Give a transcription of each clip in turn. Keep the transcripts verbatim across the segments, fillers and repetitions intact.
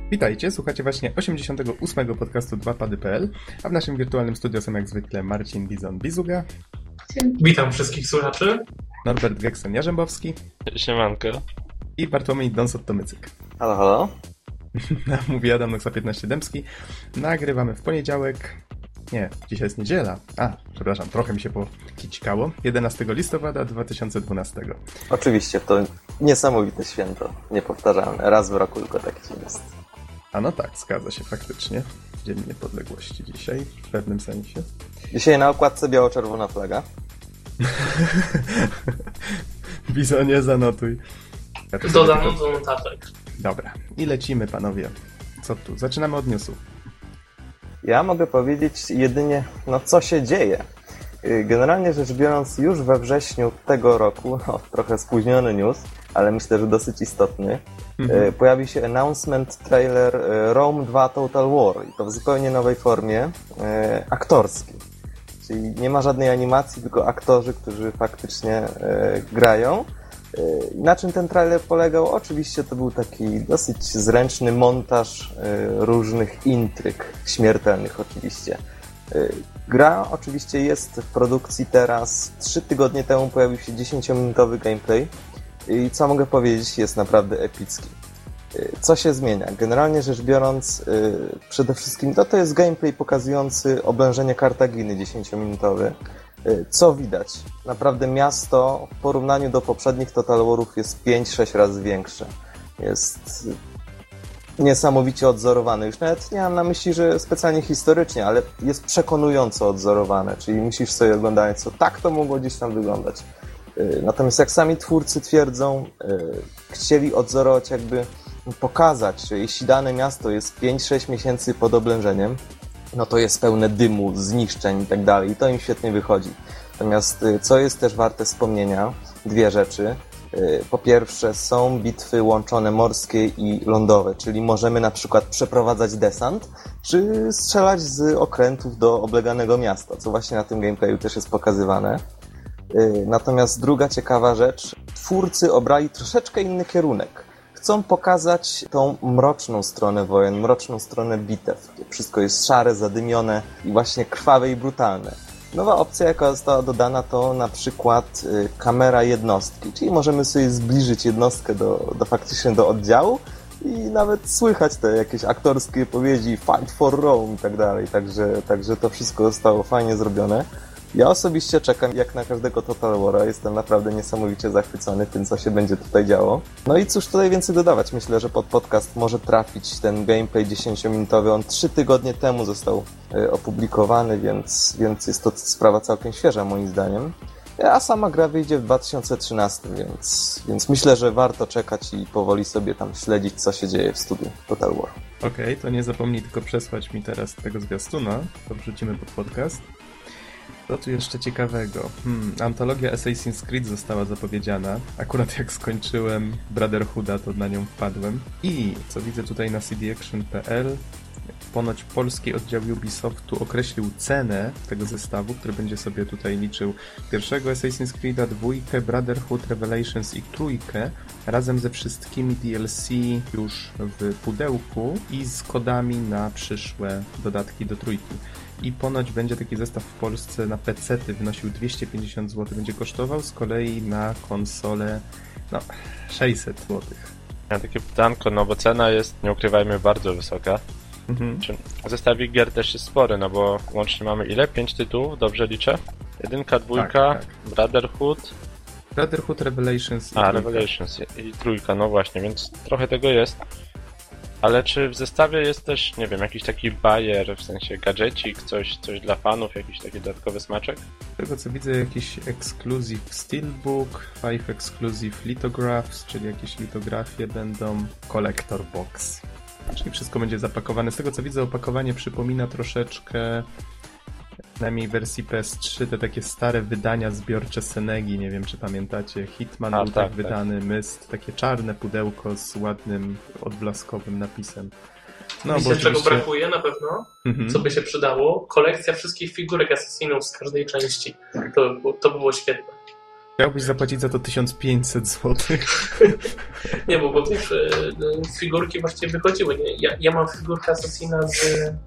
Witajcie, słuchacie właśnie osiemdziesiątego ósmego podcastu dwa pady kropka p l, a w naszym wirtualnym studio są jak zwykle Marcin Bizon-Bizuga. Witam wszystkich słuchaczy. Norbert Geksen-Jarzębowski. Siemanko. I Bartłomiej Donsot-Tomycyk. Halo, halo. Mówi Adam Noxa piętnaście Dębski. Nagrywamy w poniedziałek. Nie, dzisiaj jest niedziela. A, przepraszam, trochę mi się pokicikało. jedenastego listopada dwa tysiące dwunastego. Oczywiście, to niesamowite święto. Niepowtarzalne. Raz w roku tylko taki dzień jest. A no tak, zgadza się faktycznie. Dzień Niepodległości dzisiaj, w pewnym sensie. Dzisiaj na okładce biało-czerwona flaga. Bizonie, zanotuj. Ja Dodano do notatek. Dobra, i lecimy, panowie. Co tu? Zaczynamy od newsów. Ja mogę powiedzieć jedynie, no co się dzieje. Generalnie rzecz biorąc, już we wrześniu tego roku, no, trochę spóźniony news, ale myślę, że dosyć istotny, mhm. pojawił się announcement trailer Rome dwa Total War i to w zupełnie nowej formie e, aktorskiej. Czyli nie ma żadnej animacji, tylko aktorzy, którzy faktycznie e, grają. E, na czym ten trailer polegał? Oczywiście to był taki dosyć zręczny montaż e, różnych intryg, śmiertelnych oczywiście. E, gra oczywiście jest w produkcji teraz. Trzy tygodnie temu pojawił się dziesięciominutowy gameplay i co mogę powiedzieć, jest naprawdę epicki. Co się zmienia? Generalnie rzecz biorąc, przede wszystkim to, to jest gameplay pokazujący oblężenie Kartaginy dziesięciominutowy. Co widać? Naprawdę miasto w porównaniu do poprzednich Total Warów jest pięć sześć razy większe. Jest niesamowicie odzorowane. Już nawet nie mam na myśli, że specjalnie historycznie, ale jest przekonująco odzorowane. Czyli musisz sobie oglądać, co tak to mogło gdzieś tam wyglądać. Natomiast jak sami twórcy twierdzą, chcieli odzorować, jakby pokazać, że jeśli dane miasto jest pięć sześć miesięcy pod oblężeniem, no to jest pełne dymu, zniszczeń i tak dalej. I to im świetnie wychodzi. Natomiast co jest też warte wspomnienia, dwie rzeczy. Po pierwsze, są bitwy łączone morskie i lądowe, czyli możemy na przykład przeprowadzać desant, czy strzelać z okrętów do obleganego miasta, co właśnie na tym gameplayu też jest pokazywane. Natomiast druga ciekawa rzecz, twórcy obrali troszeczkę inny kierunek. Chcą pokazać tą mroczną stronę wojen, mroczną stronę bitew. Wszystko jest szare, zadymione i właśnie krwawe i brutalne. Nowa opcja, jaka została dodana, to na przykład kamera jednostki, czyli możemy sobie zbliżyć jednostkę do, do faktycznie do oddziału i nawet słychać te jakieś aktorskie powiedzi fight for Rome i tak dalej. Także, także to wszystko zostało fajnie zrobione. Ja osobiście czekam jak na każdego Total War'a. Jestem naprawdę niesamowicie zachwycony tym, co się będzie tutaj działo. No i cóż tutaj więcej dodawać? Myślę, że pod podcast może trafić ten gameplay dziesięciominutowy. On trzy tygodnie temu został y, opublikowany, więc, więc jest to sprawa całkiem świeża moim zdaniem. A sama gra wyjdzie w dwa tysiące trzynastym, więc, więc myślę, że warto czekać i powoli sobie tam śledzić, co się dzieje w studiu Total War. Okej, okay, to nie zapomnij tylko przesłać mi teraz tego zwiastuna, to wrzucimy pod podcast. Co tu jeszcze ciekawego? Hmm, antologia Assassin's Creed została zapowiedziana. Akurat jak skończyłem Brotherhooda, to na nią wpadłem. I co widzę tutaj na c d action kropka p l, ponoć polski oddział Ubisoftu określił cenę tego zestawu, który będzie sobie tutaj liczył pierwszego Assassin's Creed'a, dwójkę, Brotherhood, Revelations i trójkę, razem ze wszystkimi D L C już w pudełku i z kodami na przyszłe dodatki do trójki. I ponoć będzie taki zestaw w Polsce na pecety wynosił dwieście pięćdziesiąt złotych, będzie kosztował, z kolei na konsolę no sześćset złotych. Ja takie pytanko, no bo cena jest, nie ukrywajmy, bardzo wysoka. Mhm. Zestawik gier też jest spory, no bo łącznie mamy ile? Pięć tytułów, dobrze liczę? Jedynka, dwójka, tak, tak. Brotherhood. Brotherhood, Revelations i A, trójka. Revelations i trójka, no właśnie, więc trochę tego jest. Ale czy w zestawie jest też, nie wiem, jakiś taki bajer, w sensie gadżecik, coś, coś dla fanów, jakiś taki dodatkowy smaczek? Z tego co widzę, jakiś exclusive steelbook, five exclusive lithographs, czyli jakieś litografie będą, collector box. Czyli wszystko będzie zapakowane. Z tego co widzę, opakowanie przypomina troszeczkę, przynajmniej w wersji P S trzy, te takie stare wydania zbiorcze Senegi, nie wiem czy pamiętacie. Hitman A, był tak, tak wydany, tak. Myst, takie czarne pudełko z ładnym, odblaskowym napisem. No, Wiecie, oczywiście... czego brakuje na pewno, mhm. co by się przydało? Kolekcja wszystkich figurek Assassinów z każdej części. To, to by było świetne. Chciałbyś zapłacić za to tysiąc pięćset złotych? Nie, bo, bo wiesz, figurki właściwie wychodziły. Nie? Ja, ja mam figurkę Assassina z,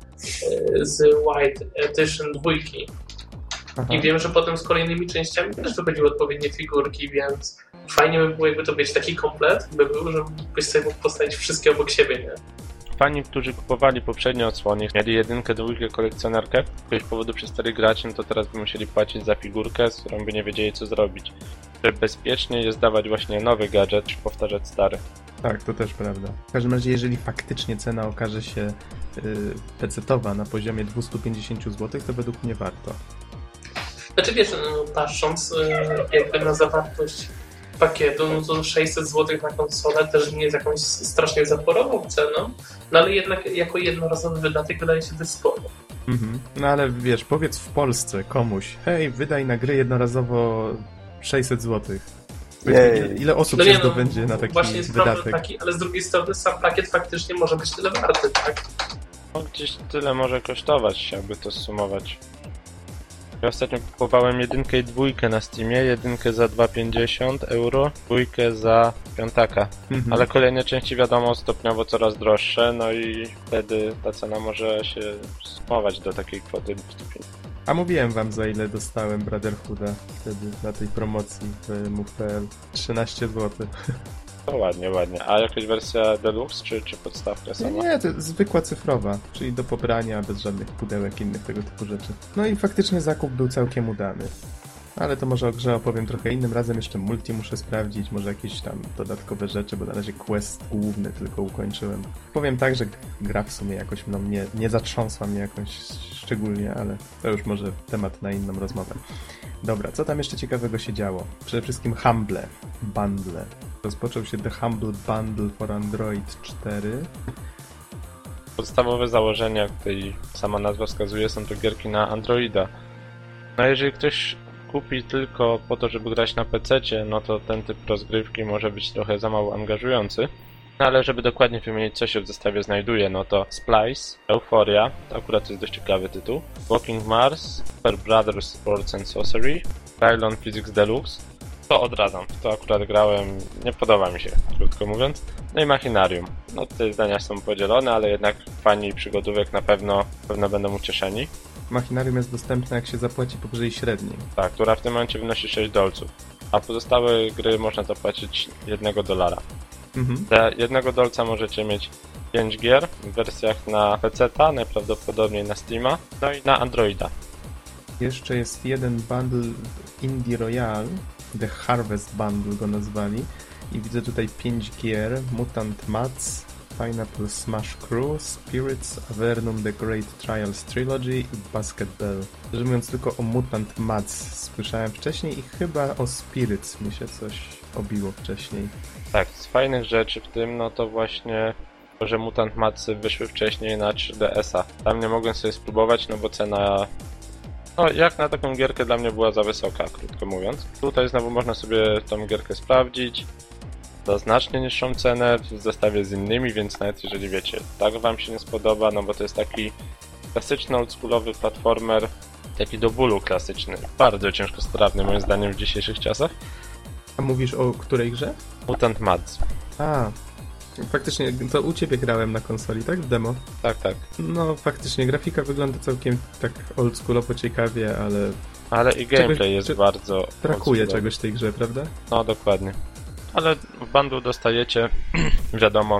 z White Edition dwójki. Aha. I wiem, że potem z kolejnymi częściami też wychodziły odpowiednie figurki, więc fajnie by było, jakby to być taki komplet, by był, żebyś sobie mógł postawić wszystkie obok siebie, nie? Fani, którzy kupowali poprzednie odsłony, mieli jedynkę, dwójkę, kolekcjonerkę, z jakiegoś powodu przestali grać, no to teraz by musieli płacić za figurkę, z którą by nie wiedzieli co zrobić. Że bezpiecznie jest dawać właśnie nowy gadżet, czy powtarzać stary. Tak, to też prawda. W każdym razie, jeżeli faktycznie cena okaże się yy, pecetowa na poziomie dwieście pięćdziesiąt złotych, to według mnie warto. Znaczy wiesz, no, patrząc yy, jakby na zawartość pakietu, no to sześćset złotych na konsolę też nie jest jakąś strasznie zaporową ceną, no ale jednak jako jednorazowy wydatek wydaje się dość sporo. Mhm. No ale wiesz, powiedz w Polsce komuś, hej, wydaj na gry jednorazowo sześćset złotych. Ile, ile osób no się nie, no, zdobędzie na taki właśnie wydatek? Taki, ale z drugiej strony sam pakiet faktycznie może być tyle warty, tak? No gdzieś tyle może kosztować, jakby to sumować. Ja ostatnio kupowałem jedynkę i dwójkę na Steamie, jedynkę za dwa pięćdziesiąt euro, dwójkę za piątaka. Mhm. Ale kolejne części wiadomo stopniowo coraz droższe, no i wtedy ta cena może się sumować do takiej kwoty dwieście pięćdziesiąt. A mówiłem wam, za ile dostałem Brotherhooda wtedy na tej promocji w move kropka p l. trzynaście złotych. No ładnie, ładnie. A jakaś wersja deluxe czy, czy podstawka sama? Nie, nie, to zwykła cyfrowa, czyli do pobrania, bez żadnych pudełek, innych tego typu rzeczy. No i faktycznie zakup był całkiem udany. Ale to może o grze opowiem trochę innym razem, jeszcze multi muszę sprawdzić, może jakieś tam dodatkowe rzeczy, bo na razie quest główny tylko ukończyłem. Powiem tak, że gra w sumie jakoś no, mnie, nie zatrząsła mnie jakoś szczególnie, ale to już może temat na inną rozmowę. Dobra, co tam jeszcze ciekawego się działo? Przede wszystkim Humble Bundle. Rozpoczął się The Humble Bundle for Android cztery. Podstawowe założenia, jak tutaj sama nazwa wskazuje, są to gierki na Androida. No jeżeli ktoś kupi tylko po to, żeby grać na pececie, no to ten typ rozgrywki może być trochę za mało angażujący. No ale żeby dokładnie wymienić, co się w zestawie znajduje, no to Splice, Euphoria, to akurat jest dość ciekawy tytuł, Walking Mars, Super Brothers Sports and Sorcery, Krylon Physics Deluxe. To odradzam, w to akurat grałem, nie podoba mi się, krótko mówiąc. No i Machinarium. No te zdania są podzielone, ale jednak fani przygodówek na pewno, pewno będą ucieszeni. Machinarium jest dostępne, jak się zapłaci powyżej średniej. Tak, która w tym momencie wynosi sześć dolców. A pozostałe gry można zapłacić jednego dolara. Mhm. Za jednego dolca możecie mieć pięć gier w wersjach na peceta, najprawdopodobniej na Steama, no i na Androida. Jeszcze jest jeden bundle Indie Royale, The Harvest Bundle go nazwali. I widzę tutaj pięć gier, Mutant Mats, Pineapple Smash Crew, Spirits, Avernum The Great Trials Trilogy i Basket Bell. Szczerze mówiąc, tylko o Mutant Mats słyszałem wcześniej i chyba o Spirits mi się coś obiło wcześniej. Tak, z fajnych rzeczy w tym, no to właśnie to, że Mutant Matsy wyszły wcześniej na trzy D S a. Tam nie mogłem sobie spróbować, no bo cena, no jak na taką gierkę dla mnie była za wysoka, krótko mówiąc. Tutaj znowu można sobie tą gierkę sprawdzić za znacznie niższą cenę w zestawie z innymi, więc nawet jeżeli wiecie, tak wam się nie spodoba, no bo to jest taki klasyczny, oldschoolowy platformer, taki do bólu klasyczny, bardzo ciężko strawny moim zdaniem w dzisiejszych czasach. A mówisz o której grze? Mutant Mats. A, faktycznie, to u ciebie grałem na konsoli, tak? W demo? Tak, tak. No, faktycznie, grafika wygląda całkiem tak oldschoolowo ciekawie, ale... Ale i gameplay czegoś, jest bardzo... Brakuje czegoś w tej grze, prawda? No, dokładnie. Ale w bundlu dostajecie, wiadomo,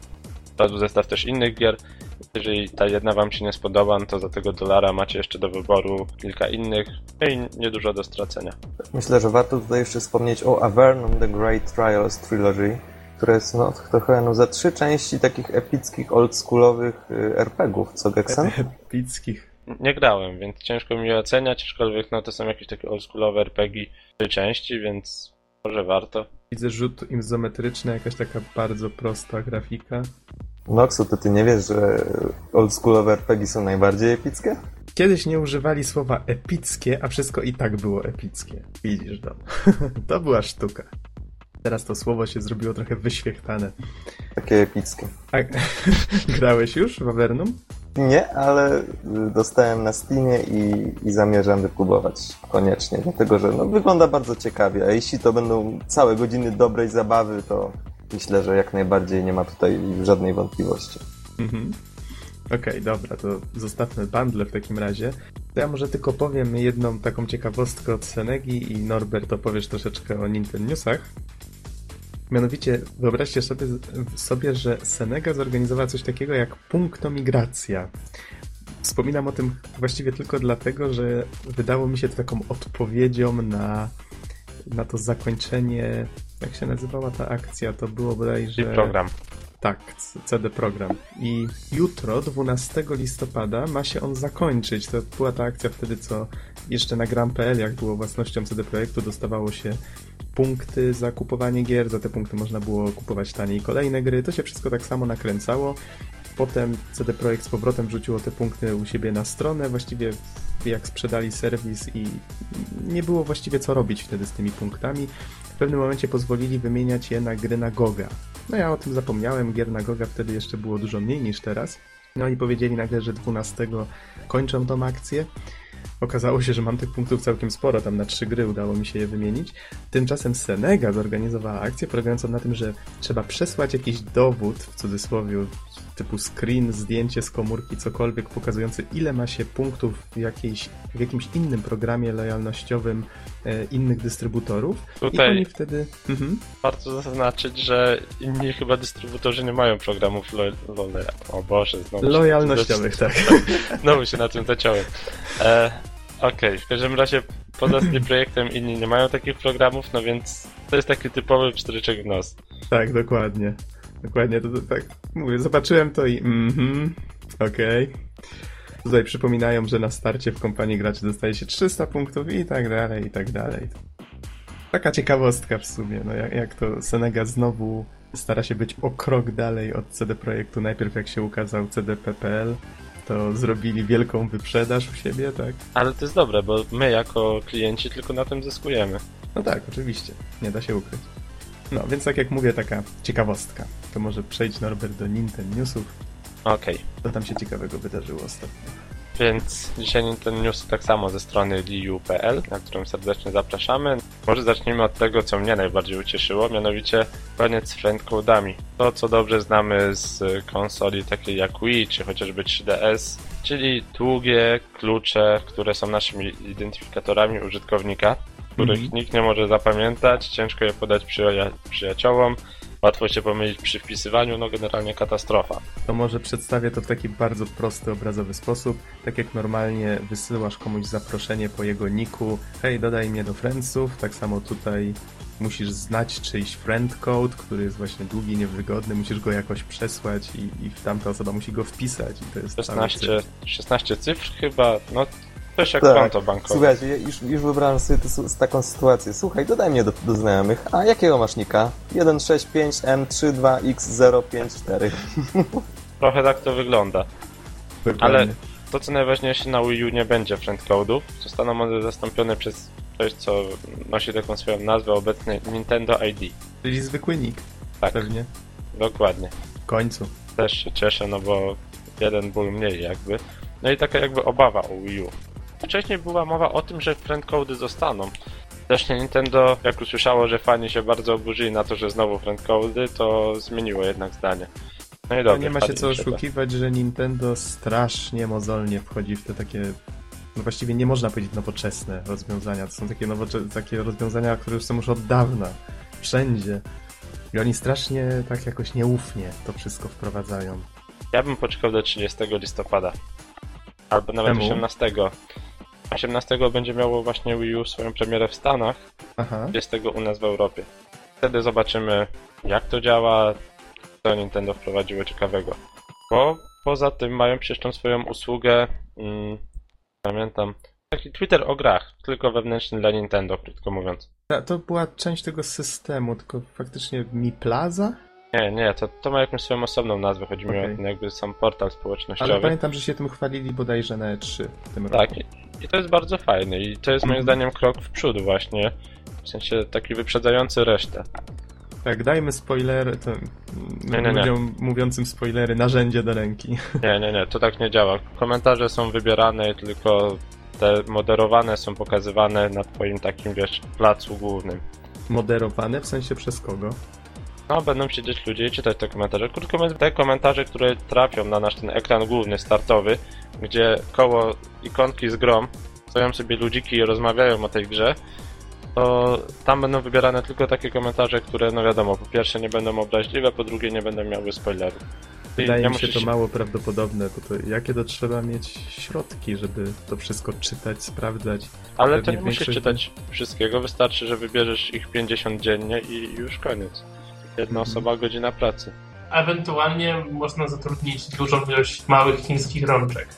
razu zestaw też innych gier. Jeżeli ta jedna wam się nie spodoba, no to za tego dolara macie jeszcze do wyboru kilka innych i niedużo do stracenia. Myślę, że warto tutaj jeszcze wspomnieć o Avernum The Great Trials Trilogy, które jest no, trochę no, za trzy części takich epickich, oldschoolowych er pe gie ów, co Geksen? Epickich. Nie grałem, więc ciężko mi je oceniać, aczkolwiek no to są jakieś takie oldschoolowe er pe gie trzy części, więc może warto. Widzę rzut izometryczny, jakaś taka bardzo prosta grafika. Noxu, to ty nie wiesz, że oldschoolowe er pe gie są najbardziej epickie? Kiedyś nie używali słowa epickie, a wszystko i tak było epickie. Widzisz to. To była sztuka. Teraz to słowo się zrobiło trochę wyświechtane. Takie epickie. A grałeś już w Avernum? Nie, ale dostałem na Steamie i, i zamierzam wypróbować koniecznie, dlatego że no, wygląda bardzo ciekawie, a jeśli to będą całe godziny dobrej zabawy, to myślę, że jak najbardziej nie ma tutaj żadnej wątpliwości. Mhm. Okej, okay, dobra, to zostawmy bundle w takim razie. To ja może tylko powiem jedną taką ciekawostkę od Senegi i Norbert opowiesz troszeczkę o Nintendo Newsach. Mianowicie wyobraźcie sobie, sobie, że Senega zorganizowała coś takiego jak punktomigracja. Wspominam o tym właściwie tylko dlatego, że wydało mi się to taką odpowiedzią na, na to zakończenie, jak się nazywała ta akcja, to było bodajże... Program. Tak, C D Program. I jutro, dwunastego listopada, ma się on zakończyć. To była ta akcja wtedy, co jeszcze na gram kropka p l, jak było własnością C D Projektu, dostawało się punkty za kupowanie gier. Za te punkty można było kupować taniej kolejne gry. To się wszystko tak samo nakręcało. Potem C D Projekt z powrotem wrzuciło te punkty u siebie na stronę. Właściwie jak sprzedali serwis i nie było właściwie co robić wtedy z tymi punktami. W pewnym momencie pozwolili wymieniać je na gry na Goga. No ja o tym zapomniałem, gier na Goga wtedy jeszcze było dużo mniej niż teraz. No i powiedzieli nagle, że dwunastego kończą tą akcję. Okazało się, że mam tych punktów całkiem sporo, tam na trzy gry udało mi się je wymienić. Tymczasem Senega zorganizowała akcję polegającą na tym, że trzeba przesłać jakiś dowód, w cudzysłowie, typu screen, zdjęcie z komórki, cokolwiek pokazujący, ile ma się punktów w, jakiejś, w jakimś innym programie lojalnościowym e, innych dystrybutorów. Tutaj i oni wtedy... Mhm. warto zaznaczyć, że inni chyba dystrybutorzy nie mają programów lo... lo... O Boże, znowu lojalnościowych, się... tak. Znowu się na tym zaciąłem. E, Okej, okay. W każdym razie poza tym projektem inni nie mają takich programów, no więc to jest taki typowy pstryczek w nos. Tak, dokładnie. Dokładnie, to, to tak mówię, zobaczyłem to i mhm, okej. Okay. Tutaj przypominają, że na starcie w kompanii graczy dostaje się trzysta punktów i tak dalej, i tak dalej. Taka ciekawostka w sumie, no jak, jak to Senega znowu stara się być o krok dalej od C D Projektu. Najpierw jak się ukazał C D P kropka p l, to zrobili wielką wyprzedaż u siebie, tak? Ale to jest dobre, bo my jako klienci tylko na tym zyskujemy. No tak, oczywiście, nie da się ukryć. No, więc tak jak mówię, taka ciekawostka. To może przejdź, Norbert, do Nintendo Newsów. Okej. Okay. Co tam się ciekawego wydarzyło ostatnio? Więc dzisiaj Nintendo News tak samo ze strony liu kropka p l, na którą serdecznie zapraszamy. Może zacznijmy od tego, co mnie najbardziej ucieszyło, mianowicie koniec z friendcode'ami. To, co dobrze znamy z konsoli takiej jak Wii, czy chociażby trzy D S, czyli długie klucze, które są naszymi identyfikatorami użytkownika, których mm-hmm. nikt nie może zapamiętać, ciężko je podać przyja- przyjaciołom, łatwo się pomylić przy wpisywaniu, no generalnie katastrofa. To może przedstawię to w taki bardzo prosty, obrazowy sposób. Tak jak normalnie wysyłasz komuś zaproszenie po jego niku, hej, dodaj mnie do friendsów, tak samo tutaj musisz znać czyjś friend code, który jest właśnie długi, niewygodny, musisz go jakoś przesłać i, i tamta osoba musi go wpisać i to jest szesnaście, szesnaście cyfr chyba, no też jak tak. konto bankowe. Słuchajcie, już, już wyobrażam sobie tę, taką sytuację. Słuchaj, dodaj mnie do, do znajomych. A jakiego masz nika? jeden sześć pięć M trzy dwa X zero pięć cztery. Trochę tak to wygląda. Dokładnie. Ale to, co najważniejsze, na Wii U nie będzie friendcode'ów. Zostaną one zastąpione przez coś, co nosi taką swoją nazwę obecnie, Nintendo I D. Czyli zwykły nick. Tak. Pewnie. Dokładnie. W końcu. Też się cieszę, no bo jeden ból mniej jakby. No i taka jakby obawa o Wii U. Wcześniej była mowa o tym, że friendcode'y zostaną. Też Nintendo, jak usłyszało, że fani się bardzo oburzyli na to, że znowu friendcode'y, to zmieniło jednak zdanie. No i dobrze. Nie ma się co oszukiwać, że Nintendo strasznie mozolnie wchodzi w te takie, no właściwie nie można powiedzieć nowoczesne rozwiązania. To są takie, nowocze- takie rozwiązania, które już są już od dawna. Wszędzie. I oni strasznie tak jakoś nieufnie to wszystko wprowadzają. Ja bym poczekał do trzydziestego listopada. Albo nawet Czemu? osiemnastego. osiemnastego będzie miało właśnie Wii U swoją premierę w Stanach, Aha. dwudziestego u nas w Europie. Wtedy zobaczymy, jak to działa, co Nintendo wprowadziło ciekawego. Bo poza tym mają przecież tą swoją usługę, mm, pamiętam, taki Twitter o grach, tylko wewnętrzny dla Nintendo, krótko mówiąc. To była część tego systemu, tylko faktycznie Mi Plaza? Nie, nie, to, to ma jakąś swoją osobną nazwę, chodzi mi okay. o ten jakby sam portal społecznościowy. Ale pamiętam, że się tym chwalili bodajże na E trzy w tym tak, roku. Tak, i to jest bardzo fajne i to jest moim zdaniem krok w przód właśnie, w sensie taki wyprzedzający resztę. Tak, dajmy spoilery, to nie, nie, ludziom nie. mówiącym spoilery, narzędzie do ręki. Nie, nie, nie, to tak nie działa. Komentarze są wybierane, tylko te moderowane są pokazywane na twoim takim, wiesz, placu głównym. Moderowane? W sensie przez kogo? No, będą siedzieć ludzie i czytać te komentarze. Krótko mówiąc, te komentarze, które trafią na nasz ten ekran główny, startowy, gdzie koło ikonki z grą stoją sobie ludziki i rozmawiają o tej grze, to tam będą wybierane tylko takie komentarze, które, no wiadomo, po pierwsze nie będą obraźliwe, po drugie nie będą miały spoilerów. Wydaje mi się to mało prawdopodobne, bo to jakie to trzeba mieć środki, żeby to wszystko czytać, sprawdzać. Ale to nie musisz czytać wszystkiego, wystarczy, że wybierzesz ich pięćdziesiąt dziennie i już koniec. Jedna osoba, godzina pracy. Ewentualnie można zatrudnić dużą ilość małych chińskich rączek.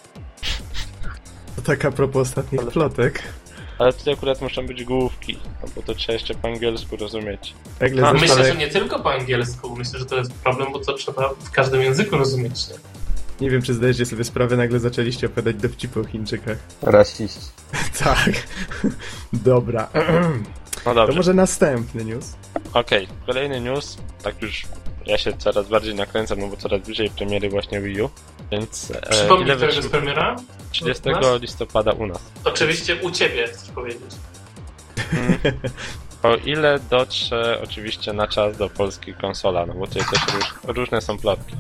To tak a propos ostatnich ale, plotek. Ale tutaj akurat muszą być główki, no bo to trzeba jeszcze po angielsku rozumieć. No, myślę, że nie tylko po angielsku. Myślę, że to jest problem, bo to trzeba w każdym języku rozumieć. Nie, nie wiem, czy zdajecie sobie sprawę, nagle zaczęliście opowiadać dowcipy o Chińczykach. Rasiści. Tak. Dobra. No dobrze. To może następny news. Okej, okay. Kolejny news, tak już ja się coraz bardziej nakręcam, no bo coraz bliżej premiery właśnie Wii U, więc... Przypomnij, która jest premiera? trzydziestego listopada u nas. Oczywiście u ciebie, chcesz powiedzieć. Hmm. O ile dotrze oczywiście na czas do polskiej konsola, no bo tutaj też róż, różne są plotki.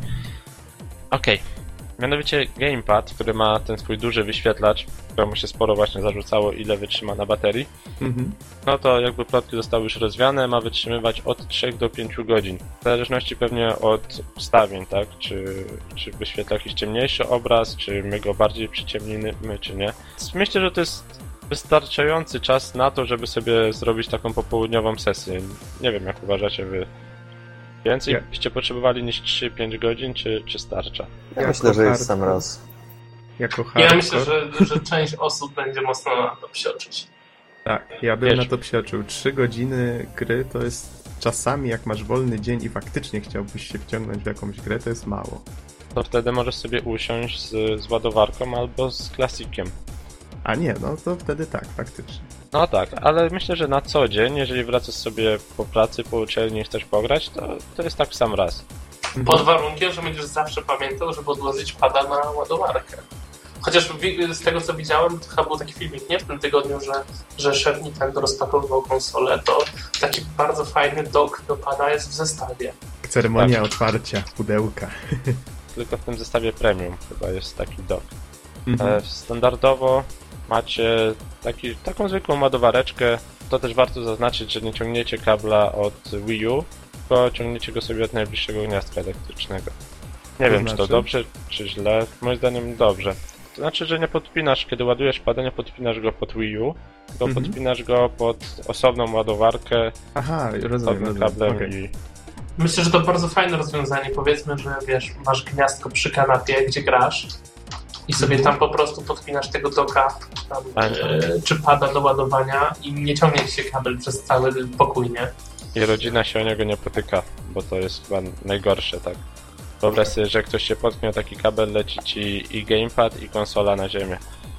Okej, okay. Mianowicie gamepad, który ma ten swój duży wyświetlacz, któremu się sporo właśnie zarzucało, ile wytrzyma na baterii, mm-hmm. no to jakby plotki zostały już rozwiane, ma wytrzymywać od trzech do pięciu godzin. W zależności pewnie od ustawień, tak? Czy, czy wyświetla jakiś ciemniejszy obraz, czy my go bardziej przyciemnimy, czy nie. Myślę, że to jest wystarczający czas na to, żeby sobie zrobić taką popołudniową sesję. Nie wiem, jak uważacie wy. Więcej ja. byście potrzebowali niż trzy pięć godzin, czy, czy starcza? Ja jako myślę, że jest sam raz. Jako hardcore. Ja myślę, że, że część osób będzie mocno na to psioczyć. Tak, ja bym Wiesz. na to psioczył. Trzy godziny gry to jest czasami, jak masz wolny dzień i faktycznie chciałbyś się wciągnąć w jakąś grę, to jest mało. To wtedy możesz sobie usiąść z, z ładowarką albo z klasikiem. A nie, no to wtedy tak, faktycznie. No tak, ale myślę, że na co dzień, jeżeli wracasz sobie po pracy, po uczelni i chcesz pograć, to, to jest tak w sam raz. Pod warunkiem, że będziesz zawsze pamiętał, żeby odłożyć pada na ładowarkę. Chociaż z tego, co widziałem, to chyba był taki filmik, nie? W tym tygodniu, że, że szef Nintendo rozpakowywał konsolę, to taki bardzo fajny dock do pada jest w zestawie. Ceremonia tak. otwarcia pudełka. Tylko w tym zestawie premium chyba jest taki dock. Mhm. E, standardowo macie taki, taką zwykłą ładowareczkę. To też warto zaznaczyć, że nie ciągniecie kabla od Wii U, tylko ciągniecie go sobie od najbliższego gniazdka elektrycznego. Nie to wiem, znaczy? Czy to dobrze, czy źle. Moim zdaniem dobrze. To znaczy, że nie podpinasz, kiedy ładujesz pada, nie podpinasz go pod Wii U, tylko mhm. podpinasz go pod osobną ładowarkę. Aha, rozumiem, rozumiem. Kablem okay. i... Myślę, że to bardzo fajne rozwiązanie. Powiedzmy, że wiesz, masz gniazdko przy kanapie, gdzie grasz i sobie tam po prostu podpinasz tego docka tam, e, czy pada do ładowania i nie ciągnie się kabel przez cały pokój, nie? I rodzina się o niego nie potyka, bo to jest chyba najgorsze, tak? Wyobraź sobie, że ktoś się potknie o taki kabel, leci ci i gamepad, i konsola na ziemię.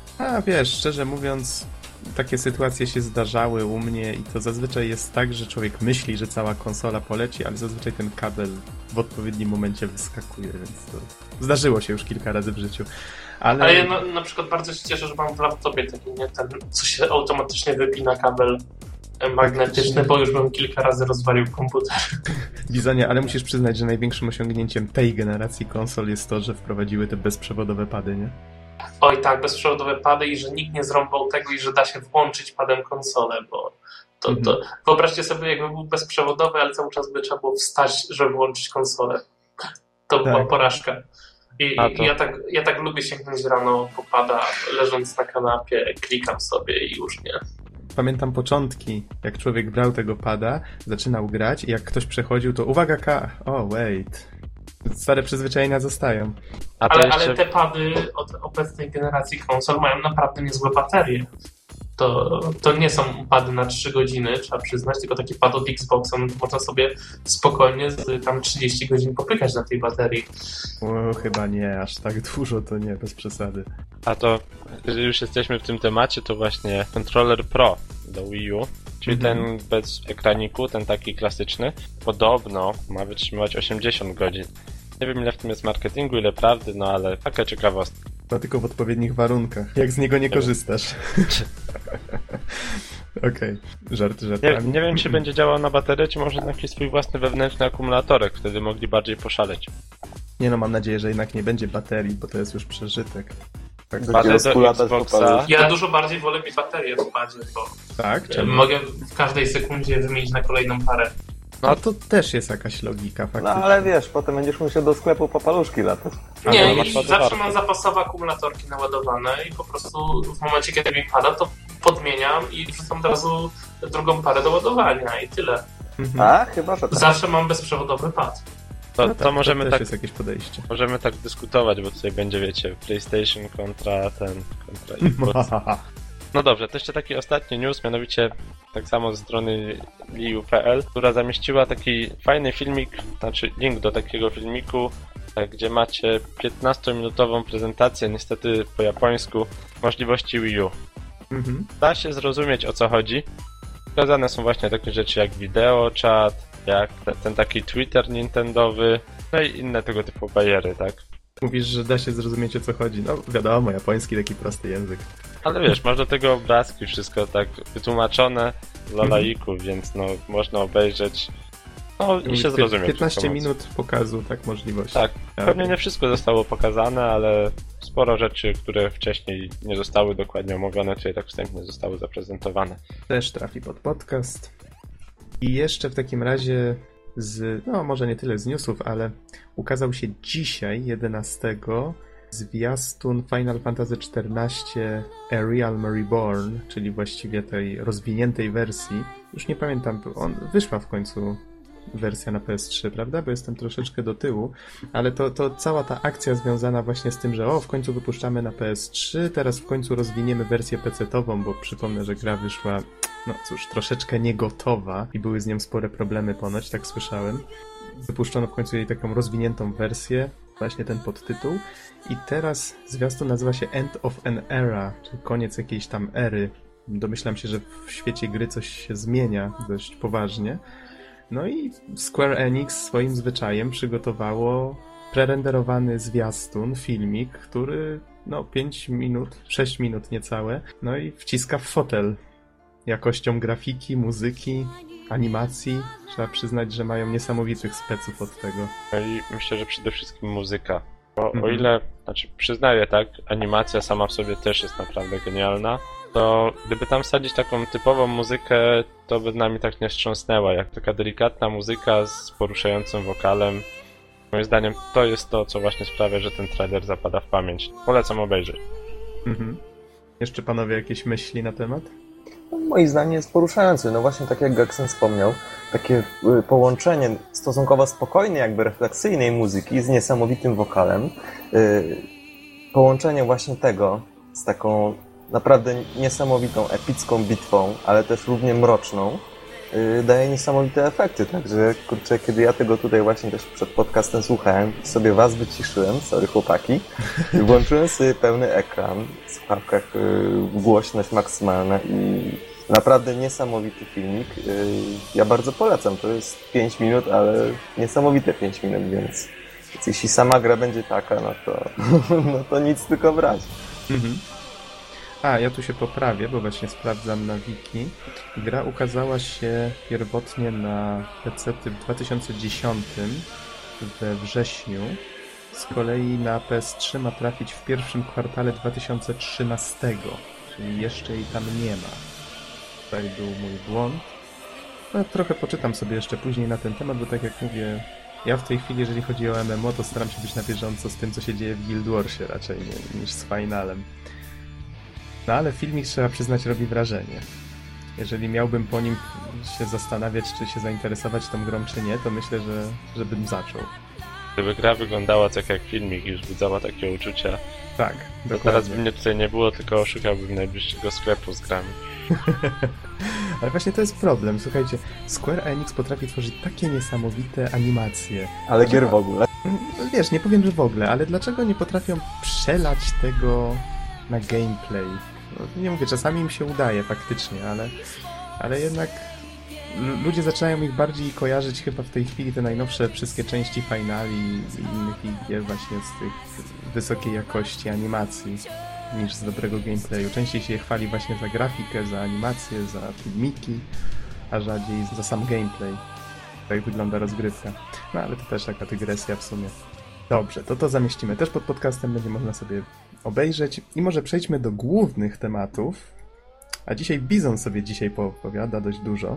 A wiesz, szczerze mówiąc, takie sytuacje się zdarzały u mnie i to zazwyczaj jest tak, że człowiek myśli, że cała konsola poleci, ale zazwyczaj ten kabel w odpowiednim momencie wyskakuje, więc to zdarzyło się już kilka razy w życiu. Ale, ale ja na, na przykład bardzo się cieszę, że mam w laptopie taki, nie, ten, co się automatycznie wypina kabel magnetyczny, bo już bym kilka razy rozwalił komputer. Bizonie, ale musisz przyznać, że największym osiągnięciem tej generacji konsol jest to, że wprowadziły te bezprzewodowe pady, nie? Oj tak, bezprzewodowe pady i że nikt nie zrąbał tego i że da się włączyć padem konsolę, bo to, mm-hmm. to wyobraźcie sobie, jakby był bezprzewodowy, ale cały czas by trzeba było wstać, żeby włączyć konsolę. To tak. była porażka. I, to... i ja, tak, ja tak lubię sięgnąć rano po pada, leżąc na kanapie, klikam sobie i już nie. Pamiętam początki, jak człowiek brał tego pada, zaczynał grać i jak ktoś przechodził, to uwaga K, o oh, wait, stare przyzwyczajenia zostają. A ale, jeszcze... ale te pady od obecnej generacji konsol mają naprawdę niezłe baterie. To, to nie są pady na trzy godziny, trzeba przyznać, tylko taki pad od Xboxa, można sobie spokojnie z tam trzydzieści godzin popykać na tej baterii. O, chyba nie, aż tak dużo to nie, bez przesady. A to, jeżeli już jesteśmy w tym temacie, to właśnie Controller Pro do Wii U czyli mhm. ten bez ekraniku, ten taki klasyczny, podobno ma wytrzymywać osiemdziesiąt godzin. Nie wiem, ile w tym jest marketingu, ile prawdy, no ale taka ciekawostka. To tylko w odpowiednich warunkach. Jak z niego nie, nie korzystasz. Okej, okay. Żarty, żarty. Nie, nie wiem, czy będzie działał na baterię, czy może na jakiś swój własny wewnętrzny akumulatorek, wtedy mogli bardziej poszaleć. Nie no, mam nadzieję, że jednak nie będzie baterii, bo to jest już przeżytek. Tak, baterię do Xboxa. Ja dużo bardziej wolę mieć baterię w padzie, bo tak? Czemu? Mogę w każdej sekundzie wymienić na kolejną parę. No to też jest jakaś logika faktycznie. No ale wiesz, potem będziesz musiał do sklepu po paluszki latać. Nie, no, zawsze warto. Mam zapasowe akumulatorki naładowane i po prostu w momencie, kiedy mi pada, to podmieniam i wrzucam od razu drugą parę do ładowania i tyle. Mhm. A, chyba, że tak. Zawsze mam bezprzewodowy pad. To, no to tak, możemy to tak, jest jakieś podejście. Możemy tak dyskutować, bo tutaj będzie, wiecie, PlayStation kontra ten, kontra Xbox. No dobrze, to jeszcze taki ostatni news, mianowicie tak samo ze strony Liu kropka pe el, która zamieściła taki fajny filmik, znaczy link do takiego filmiku, gdzie macie piętnastominutową prezentację, niestety po japońsku, możliwości Wii U. Mhm. Da się zrozumieć, o co chodzi. Wskazane są właśnie takie rzeczy jak wideo, chat, jak ten taki Twitter nintendowy, no i inne tego typu bariery, tak? Mówisz, że da się zrozumieć, o co chodzi. No wiadomo, japoński taki prosty język. Ale wiesz, masz do tego obrazki, wszystko tak wytłumaczone dla laików, więc no można obejrzeć, no i się zrozumieć. piętnaście minut pokazu, tak, możliwości. Tak, pewnie nie wszystko zostało pokazane, ale sporo rzeczy, które wcześniej nie zostały dokładnie omówione, tutaj tak wstępnie zostały zaprezentowane. Też trafi pod podcast. I jeszcze w takim razie z, no może nie tyle z newsów, ale ukazał się dzisiaj, jedenastego, zwiastun Final Fantasy czternaście A Realm Reborn, czyli właściwie tej rozwiniętej wersji. Już nie pamiętam, on wyszła w końcu wersja na P S trzy, prawda? Bo jestem troszeczkę do tyłu, ale to, to cała ta akcja związana właśnie z tym, że o, w końcu wypuszczamy na P S trzy, teraz w końcu rozwiniemy wersję pecetową, bo przypomnę, że gra wyszła, no cóż, troszeczkę niegotowa i były z nią spore problemy ponoć, tak słyszałem. Wypuszczono w końcu jej taką rozwiniętą wersję, właśnie ten podtytuł. I teraz zwiastun nazywa się End of an Era, czyli koniec jakiejś tam ery. Domyślam się, że w świecie gry coś się zmienia dość poważnie. No i Square Enix swoim zwyczajem przygotowało prerenderowany zwiastun, filmik, który no pięć minut, sześć minut niecałe, no i wciska w fotel. Jakością grafiki, muzyki, animacji. Trzeba przyznać, że mają niesamowitych speców od tego. No i myślę, że przede wszystkim muzyka. Bo mm-hmm. o ile, znaczy przyznaję, tak, animacja sama w sobie też jest naprawdę genialna, to gdyby tam wsadzić taką typową muzykę, to by nami tak nie wstrząsnęła. Jak taka delikatna muzyka z poruszającym wokalem. Moim zdaniem to jest to, co właśnie sprawia, że ten trailer zapada w pamięć. Polecam obejrzeć. Mhm. Jeszcze panowie jakieś myśli na temat? No, moim zdaniem jest poruszający. No właśnie tak jak Gaksen wspomniał, takie połączenie stosunkowo spokojnej, jakby refleksyjnej muzyki z niesamowitym wokalem. Yy, połączenie właśnie tego z taką naprawdę niesamowitą, epicką bitwą, ale też równie mroczną, yy, daje niesamowite efekty. Także, kurczę, kiedy ja tego tutaj właśnie też przed podcastem słuchałem, sobie was wyciszyłem, sorry chłopaki, włączyłem sobie pełny ekran, w słuchawkach yy, głośność maksymalna i naprawdę niesamowity filmik. Yy, ja bardzo polecam, to jest pięć minut, ale niesamowite pięć minut, więc, więc jeśli sama gra będzie taka, no to, no to nic, tylko brać. Mhm. A, ja tu się poprawię, bo właśnie sprawdzam na wiki. Gra ukazała się pierwotnie na pecety w dwa tysiące dziesiątym, we wrześniu. Z kolei na P S trzy ma trafić w pierwszym kwartale dwa tysiące trzynastego, czyli jeszcze jej tam nie ma. Tutaj był mój błąd. No, trochę poczytam sobie jeszcze później na ten temat, bo tak jak mówię, ja w tej chwili, jeżeli chodzi o M M O, to staram się być na bieżąco z tym, co się dzieje w Guild Warsie raczej nie, niż z finalem. No ale filmik, trzeba przyznać, robi wrażenie. Jeżeli miałbym po nim się zastanawiać, czy się zainteresować tą grą, czy nie, to myślę, że, że bym zaczął. Gdyby gra wyglądała tak jak filmik i już wzbudzała takie uczucia, tak, to dokładnie. Teraz by mnie tutaj nie było, tylko oszukałbym najbliższego sklepu z grami. Ale właśnie to jest problem. Słuchajcie, Square Enix potrafi tworzyć takie niesamowite animacje. Ale gier w ogóle. Wiesz, nie powiem, że w ogóle, ale dlaczego nie potrafią przelać tego na gameplay? No, nie mówię, czasami im się udaje faktycznie, ale ale jednak ludzie zaczynają ich bardziej kojarzyć chyba w tej chwili te najnowsze wszystkie części Finali i innych ich gier właśnie z tych wysokiej jakości animacji niż z dobrego gameplayu. Częściej się je chwali właśnie za grafikę, za animację, za filmiki, a rzadziej za sam gameplay. Tak wygląda rozgrywka. No ale to też taka dygresja w sumie. Dobrze, to to zamieścimy też pod podcastem, będzie można sobie obejrzeć i może przejdźmy do głównych tematów. A dzisiaj Bizon sobie dzisiaj poopowiada dość dużo.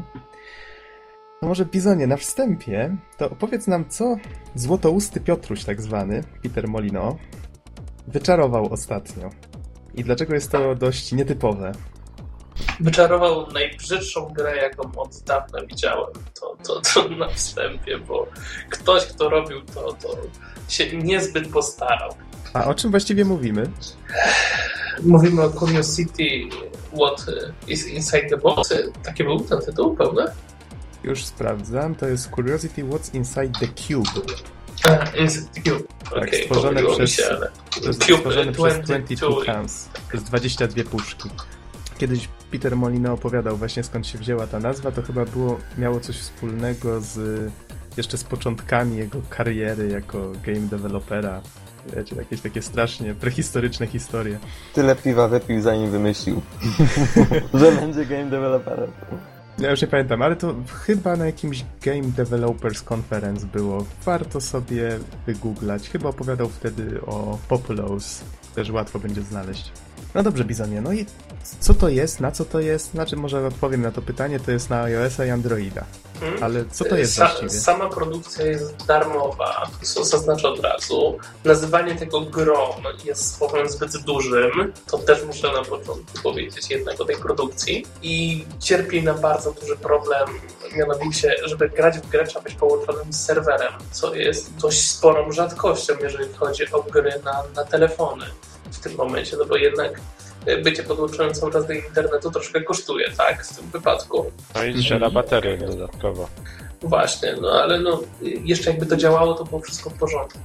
No może Bizonie, na wstępie to opowiedz nam, co złotousty Piotruś tak zwany, Peter Molyneux, wyczarował ostatnio. I dlaczego jest to dość nietypowe? Wyczarował najbrzydszą grę, jaką od dawna widziałem. To, to, to na wstępie, bo ktoś, kto robił to, to się niezbyt postarał. A o czym właściwie mówimy? Mówimy o Curiosity What is Inside the Box. Taki był ten tytuł pełny? Już sprawdzam. To jest Curiosity What's Inside the Cube. A, Inside the Cube. Tak, okay, stworzone przez, się, ale... to jest Cube stworzone przez dwadzieścia dwa dwadzieścia dwa Cans. To jest dwadzieścia dwie puszki. Kiedyś Peter Molyneux opowiadał właśnie, skąd się wzięła ta nazwa. To chyba było, miało coś wspólnego z jeszcze z początkami jego kariery jako game developera. Wiecie, jakieś takie strasznie prehistoryczne historie. Tyle piwa wypił, zanim wymyślił, że będzie game developerem. Ja już nie pamiętam, ale to chyba na jakimś Game Developers Conference było. Warto sobie wygooglać. Chyba opowiadał wtedy o Populous. Też łatwo będzie znaleźć. No dobrze, Bizonie, no i co to jest? Na co to jest? Znaczy, może odpowiem na to pytanie, to jest na iOS-a i Androida. Hmm? Ale co to jest Sa- właściwie? Sama produkcja jest darmowa, zaznaczę od razu. Nazywanie tego grą jest słowem zbyt dużym, to też muszę na początku powiedzieć jednak o tej produkcji. I cierpi na bardzo duży problem, mianowicie, żeby grać w grę trzeba być połączonym z serwerem, co jest dość sporą rzadkością, jeżeli chodzi o gry na, na telefony w tym momencie, no bo jednak bycie podłączonym cały czas do internetu troszkę kosztuje, tak? W tym wypadku. No i żera baterię dodatkowo. Właśnie, no ale no jeszcze jakby to działało, to było wszystko w porządku.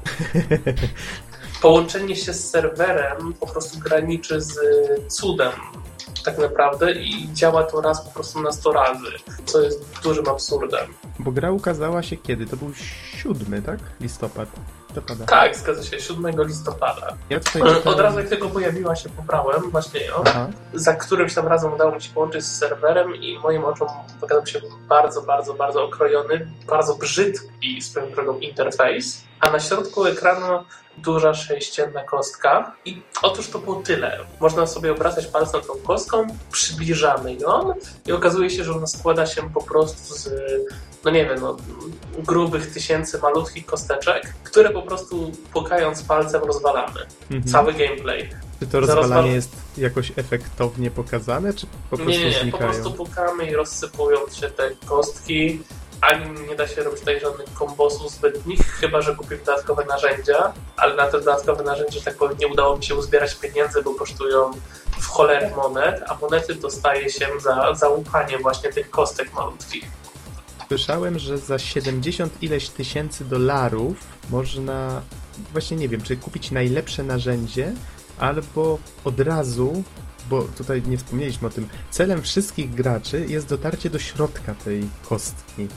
Połączenie się z serwerem po prostu graniczy z cudem tak naprawdę i działa to raz po prostu na sto razy, co jest dużym absurdem. Bo gra ukazała się kiedy? To był siódmy, tak? Listopad. Listopada. Tak, zgadza się, siódmego listopada. Ja tutaj Od czytałem... razu jak tylko pojawiła się, pobrałem właśnie ją, Aha. za którymś tam razem udało mi się połączyć z serwerem i moim oczom pokazał się bardzo, bardzo, bardzo okrojony, bardzo brzydki swoją drogą interfejs, a na środku ekranu duża sześcienna kostka i otóż to było tyle. Można sobie obracać palcem tą kostką, przybliżamy ją i okazuje się, że ona składa się po prostu z, no nie wiem, no, grubych tysięcy malutkich kosteczek, które po prostu pukając palcem rozwalamy. Mhm. Cały gameplay. Czy to rozwalanie jest jakoś efektownie pokazane, czy po prostu nie, nie, nie. znikają? Po prostu pukamy i rozsypują się te kostki. Ani nie da się robić tutaj żadnych kombosów zbytnich, chyba że kupię dodatkowe narzędzia, ale na te dodatkowe narzędzia, że tak powiem, nie udało mi się uzbierać pieniędzy, bo kosztują w cholerę monet, a monety dostaje się za, za łupanie właśnie tych kostek malutkich. Słyszałem, że za siedemdziesiąt ileś tysięcy dolarów można, właśnie nie wiem, czy kupić najlepsze narzędzie, albo od razu, bo tutaj nie wspomnieliśmy o tym, celem wszystkich graczy jest dotarcie do środka tej kostki.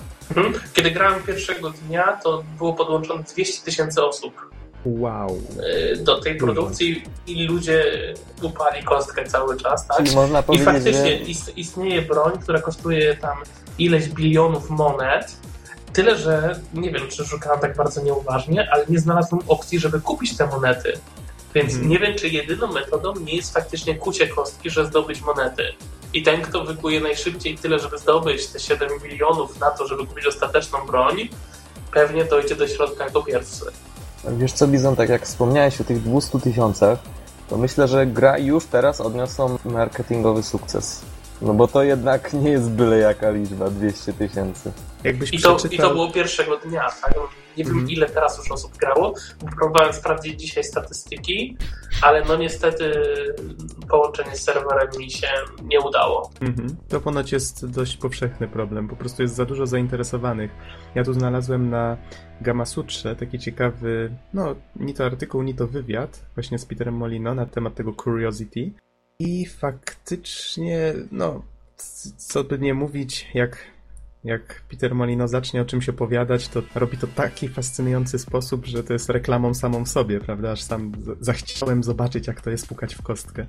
Kiedy grałem pierwszego dnia, to było podłączone dwieście tysięcy osób. Wow. Do tej produkcji i ludzie upali kostkę cały czas, tak? Czyli można powiedzieć, I faktycznie że... istnieje broń, która kosztuje tam ileś bilionów monet. Tyle, że nie wiem, czy szukałem tak bardzo nieuważnie, ale nie znalazłem opcji, żeby kupić te monety. Więc hmm. nie wiem, czy jedyną metodą nie jest faktycznie kucie kostki, że zdobyć monety. I ten, kto wykuje najszybciej tyle, żeby zdobyć te siedem milionów na to, żeby kupić ostateczną broń, pewnie dojdzie do środka jako pierwszy. Wiesz co, Bizon, tak jak wspomniałeś o tych dwustu tysiącach, to myślę, że gra już teraz odniosła marketingowy sukces. No bo to jednak nie jest byle jaka liczba, dwieście tysięcy. Jakbyś I to, przeczytał... I to było pierwszego dnia, tak? Nie wiem, mm. ile teraz już osób grało, bo próbowałem sprawdzić dzisiaj statystyki, ale no niestety połączenie z serwerem mi się nie udało. Mm-hmm. To ponoć jest dość powszechny problem, po prostu jest za dużo zainteresowanych. Ja tu znalazłem na Gamasutrze taki ciekawy, no ni to artykuł, ni to wywiad właśnie z Peterem Molyneux na temat tego Curiosity i faktycznie, no co by nie mówić, jak, jak Peter Molyneux zacznie o czymś opowiadać, to robi to w taki fascynujący sposób, że to jest reklamą samą w sobie, prawda? Aż sam zachciałem zobaczyć, jak to jest pukać w kostkę.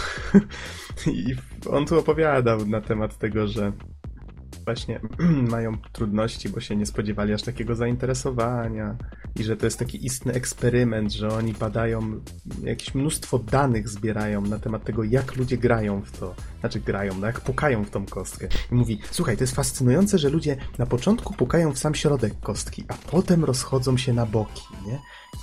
I on tu opowiadał na temat tego, że właśnie mają trudności, bo się nie spodziewali aż takiego zainteresowania i że to jest taki istny eksperyment, że oni badają, jakieś mnóstwo danych zbierają na temat tego, jak ludzie grają w to, znaczy grają, no jak pukają w tą kostkę. I mówi, słuchaj, to jest fascynujące, że ludzie na początku pukają w sam środek kostki, a potem rozchodzą się na boki, nie?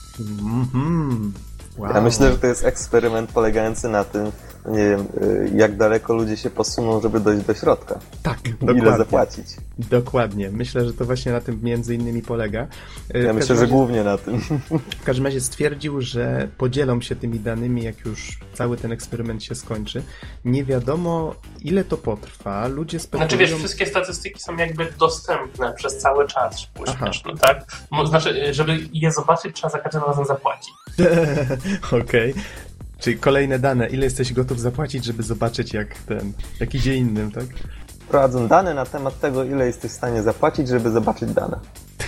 Mhm. Wow. Ja myślę, że to jest eksperyment polegający na tym, nie wiem, jak daleko ludzie się posuną, żeby dojść do środka. Tak, dokładnie. Ile zapłacić. Dokładnie. Myślę, że to właśnie na tym między innymi polega. Ja myślę, razie, że głównie na tym. W każdym razie stwierdził, że podzielą się tymi danymi, jak już cały ten eksperyment się skończy. Nie wiadomo, ile to potrwa. Ludzie spekulują... Znaczy wiesz, wszystkie statystyki są jakby dostępne przez cały czas. Śmiesz, no, tak? Znaczy, żeby je zobaczyć, trzeba za każdym razem zapłacić. Okej. Okay. Czyli kolejne dane. Ile jesteś gotów zapłacić, żeby zobaczyć, jak ten, jak idzie innym, tak? Prowadzą dane na temat tego, ile jesteś w stanie zapłacić, żeby zobaczyć dane.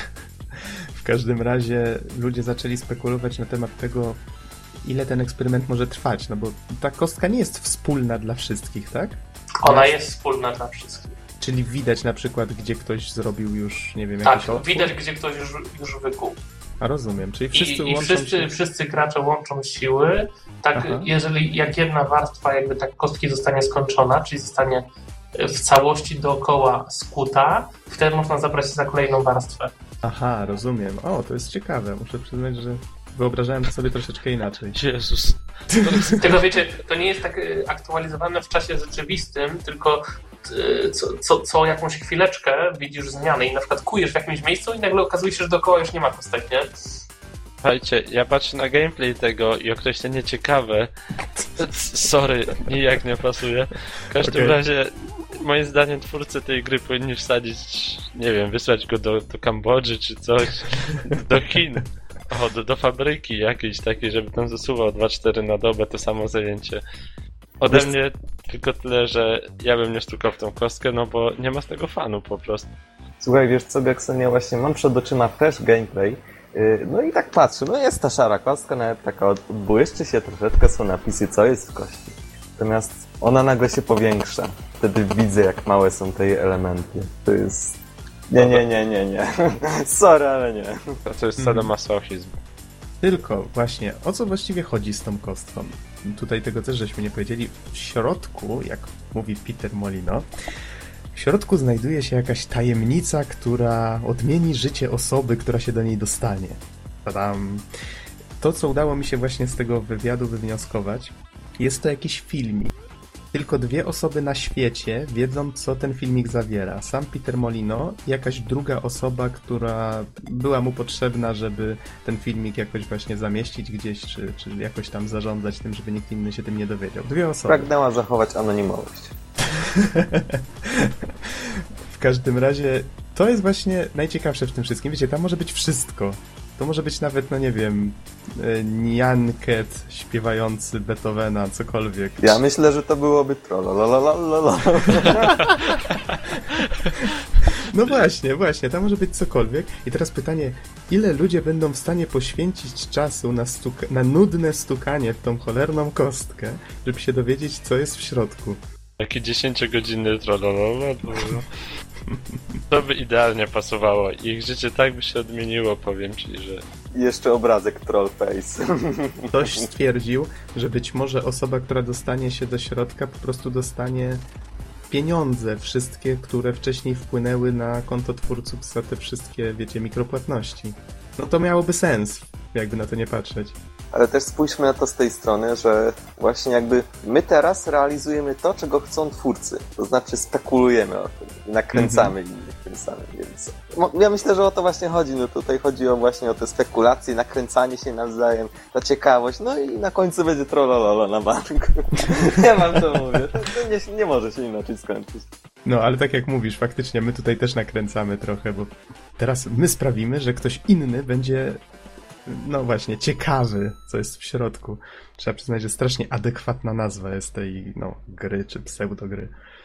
W każdym razie ludzie zaczęli spekulować na temat tego, ile ten eksperyment może trwać, no bo ta kostka nie jest wspólna dla wszystkich, tak? Ona jest wspólna dla wszystkich. Czyli widać na przykład, gdzie ktoś zrobił już, nie wiem, tak, jakiś Tak, widać, gdzie ktoś już, już wykuł. A rozumiem, czyli wszyscy I, i łączą wszyscy, się... wszyscy gracze łączą siły, tak. Aha. Jeżeli jak jedna warstwa jakby tak kostki zostanie skończona, czyli zostanie w całości dookoła skuta, wtedy można zabrać się za kolejną warstwę. Aha, rozumiem. O, to jest ciekawe. Muszę przyznać, że wyobrażałem to sobie troszeczkę inaczej. Jezus. Tylko wiecie, to nie jest tak aktualizowane w czasie rzeczywistym, tylko co, co, co jakąś chwileczkę widzisz zmiany i na przykład kujesz w jakimś miejscu i nagle okazuje się, że dookoła już nie ma kostek, nie? Słuchajcie, ja patrzę na gameplay tego i określenie ciekawe. Sorry, nijak nie pasuje. W każdym okay. razie, moim zdaniem twórcy tej gry powinni wsadzić, nie wiem, wysłać go do, do Kambodży czy coś, do Chin. O, do, do fabryki jakiejś takiej, żeby tam zasuwał dwa cztery na dobę to samo zajęcie. Ode Wiesz... mnie tylko tyle, że ja bym nie stukał w tą kostkę, no bo nie ma z tego fanu po prostu. Słuchaj, wiesz co, Gekson, ja właśnie mam przed oczyma fresh gameplay, yy, no i tak patrzę, no jest ta szara kostka, nawet taka błyszczy się troszeczkę, są napisy, co jest w kości. Natomiast ona nagle się powiększa. Wtedy widzę, jak małe są te jej elementy. To jest... Nie, nie, nie, nie, nie. Sorry, ale nie. To jest sadomasochizm. Tylko właśnie, o co właściwie chodzi z tą kostką? Tutaj tego też żeśmy nie powiedzieli. W środku, jak mówi Peter Molyneux, w środku znajduje się jakaś tajemnica, która odmieni życie osoby, która się do niej dostanie. Tadam. To, co udało mi się właśnie z tego wywiadu wywnioskować, jest to jakiś filmik. Tylko dwie osoby na świecie wiedzą, co ten filmik zawiera. Sam Peter Molyneux i jakaś druga osoba, która była mu potrzebna, żeby ten filmik jakoś właśnie zamieścić gdzieś, czy, czy jakoś tam zarządzać tym, żeby nikt inny się tym nie dowiedział. Dwie osoby. Pragnęła zachować anonimowość. W każdym razie to jest właśnie najciekawsze w tym wszystkim. Wiecie, tam może być wszystko. To może być nawet, no nie wiem, Nyan Cat śpiewający Beethovena, cokolwiek. Ja myślę, że to byłoby trolololololol. No właśnie, właśnie, tam może być cokolwiek. I teraz pytanie, ile ludzie będą w stanie poświęcić czasu na, stuka- na nudne stukanie w tą cholerną kostkę, żeby się dowiedzieć, co jest w środku? Taki dziesięciogodzinny trollololol. To by idealnie pasowało. Ich życie tak by się odmieniło, powiem ci, że... I jeszcze obrazek trollface. Ktoś stwierdził, że być może osoba, która dostanie się do środka, po prostu dostanie pieniądze, wszystkie, które wcześniej wpłynęły na konto twórców za te wszystkie, wiecie, mikropłatności. No to miałoby sens, jakby na to nie patrzeć. Ale też spójrzmy na to z tej strony, że właśnie jakby my teraz realizujemy to, czego chcą twórcy. To znaczy spekulujemy o tym i nakręcamy mm-hmm. innych tym samym. Więc ja myślę, że o to właśnie chodzi. No tutaj chodzi o właśnie o te spekulacje, nakręcanie się nawzajem, ta ciekawość. No i na końcu będzie trollololo na banku. Ja wam to mówię. To, to nie, nie może się inaczej skończyć. No, ale tak jak mówisz, faktycznie my tutaj też nakręcamy trochę, bo teraz my sprawimy, że ktoś inny będzie... No właśnie, ciekawy, co jest w środku. Trzeba przyznać, że strasznie adekwatna nazwa jest tej, no, gry czy pseudogry.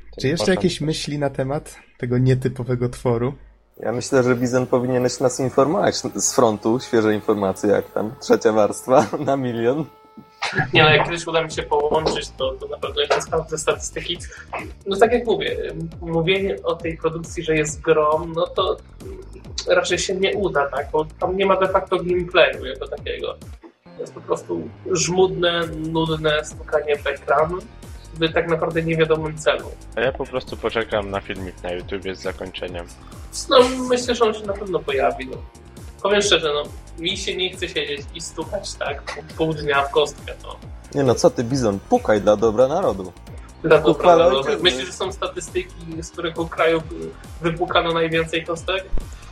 Czy jeszcze jakieś myśli na temat tego nietypowego tworu? Ja myślę, że Bizon powinieneś nas informować z frontu, świeże informacje, jak tam trzecia warstwa na milion. Nie no, jak kiedyś uda mi się połączyć, to, to na pewno jest sprawdzę statystyki. No tak jak mówię, mówienie o tej produkcji, że jest grom, no to raczej się nie uda, tak? Bo tam nie ma de facto gameplayu jako takiego. To jest po prostu żmudne, nudne stukanie w ekran w tak naprawdę niewiadomym celu. A ja po prostu poczekam na filmik na YouTubie z zakończeniem. No myślę, że on się na pewno pojawi. No. Powiem szczerze, no mi się nie chce siedzieć i stukać tak pół, pół dnia w kostkę. No. Nie no, co ty, Bizon, pukaj dla dobra narodu. Dla dobra narodu. Myślisz, że są statystyki, z którego kraju wypukano najwięcej kostek?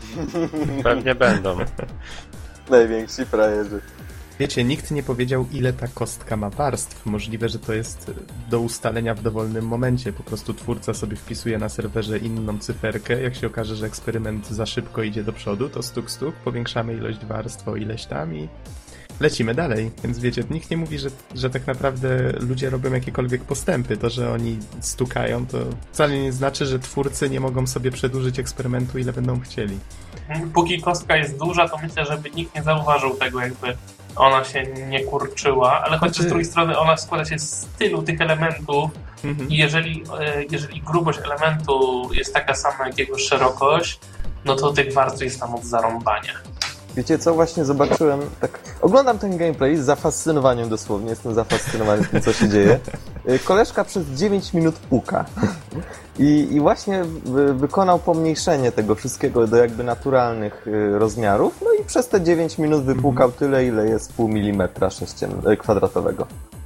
Pewnie będą. Najwięksi frajerzy. Wiecie, nikt nie powiedział, ile ta kostka ma warstw. Możliwe, że to jest do ustalenia w dowolnym momencie. Po prostu twórca sobie wpisuje na serwerze inną cyferkę. Jak się okaże, że eksperyment za szybko idzie do przodu, to stuk, stuk, powiększamy ilość warstw o ileś tam i lecimy dalej. Więc wiecie, nikt nie mówi, że, że tak naprawdę ludzie robią jakiekolwiek postępy. To, że oni stukają, to wcale nie znaczy, że twórcy nie mogą sobie przedłużyć eksperymentu, ile będą chcieli. Póki kostka jest duża, to myślę, żeby nikt nie zauważył tego, jakby ona się nie kurczyła, ale choć z drugiej strony ona składa się z tylu tych elementów mhm. i jeżeli, jeżeli grubość elementu jest taka sama jak jego szerokość, no to tych warstw jest tam od zarąbania. Wiecie co, właśnie zobaczyłem, tak oglądam ten gameplay z zafascynowaniem dosłownie, jestem zafascynowany tym, co się dzieje. Koleżka przez dziewięć minut puka i, i właśnie wy, wykonał pomniejszenie tego wszystkiego do jakby naturalnych rozmiarów, no i przez te dziewięć minut wypukał tyle, ile jest pół milimetra sześcien- kwadratowego.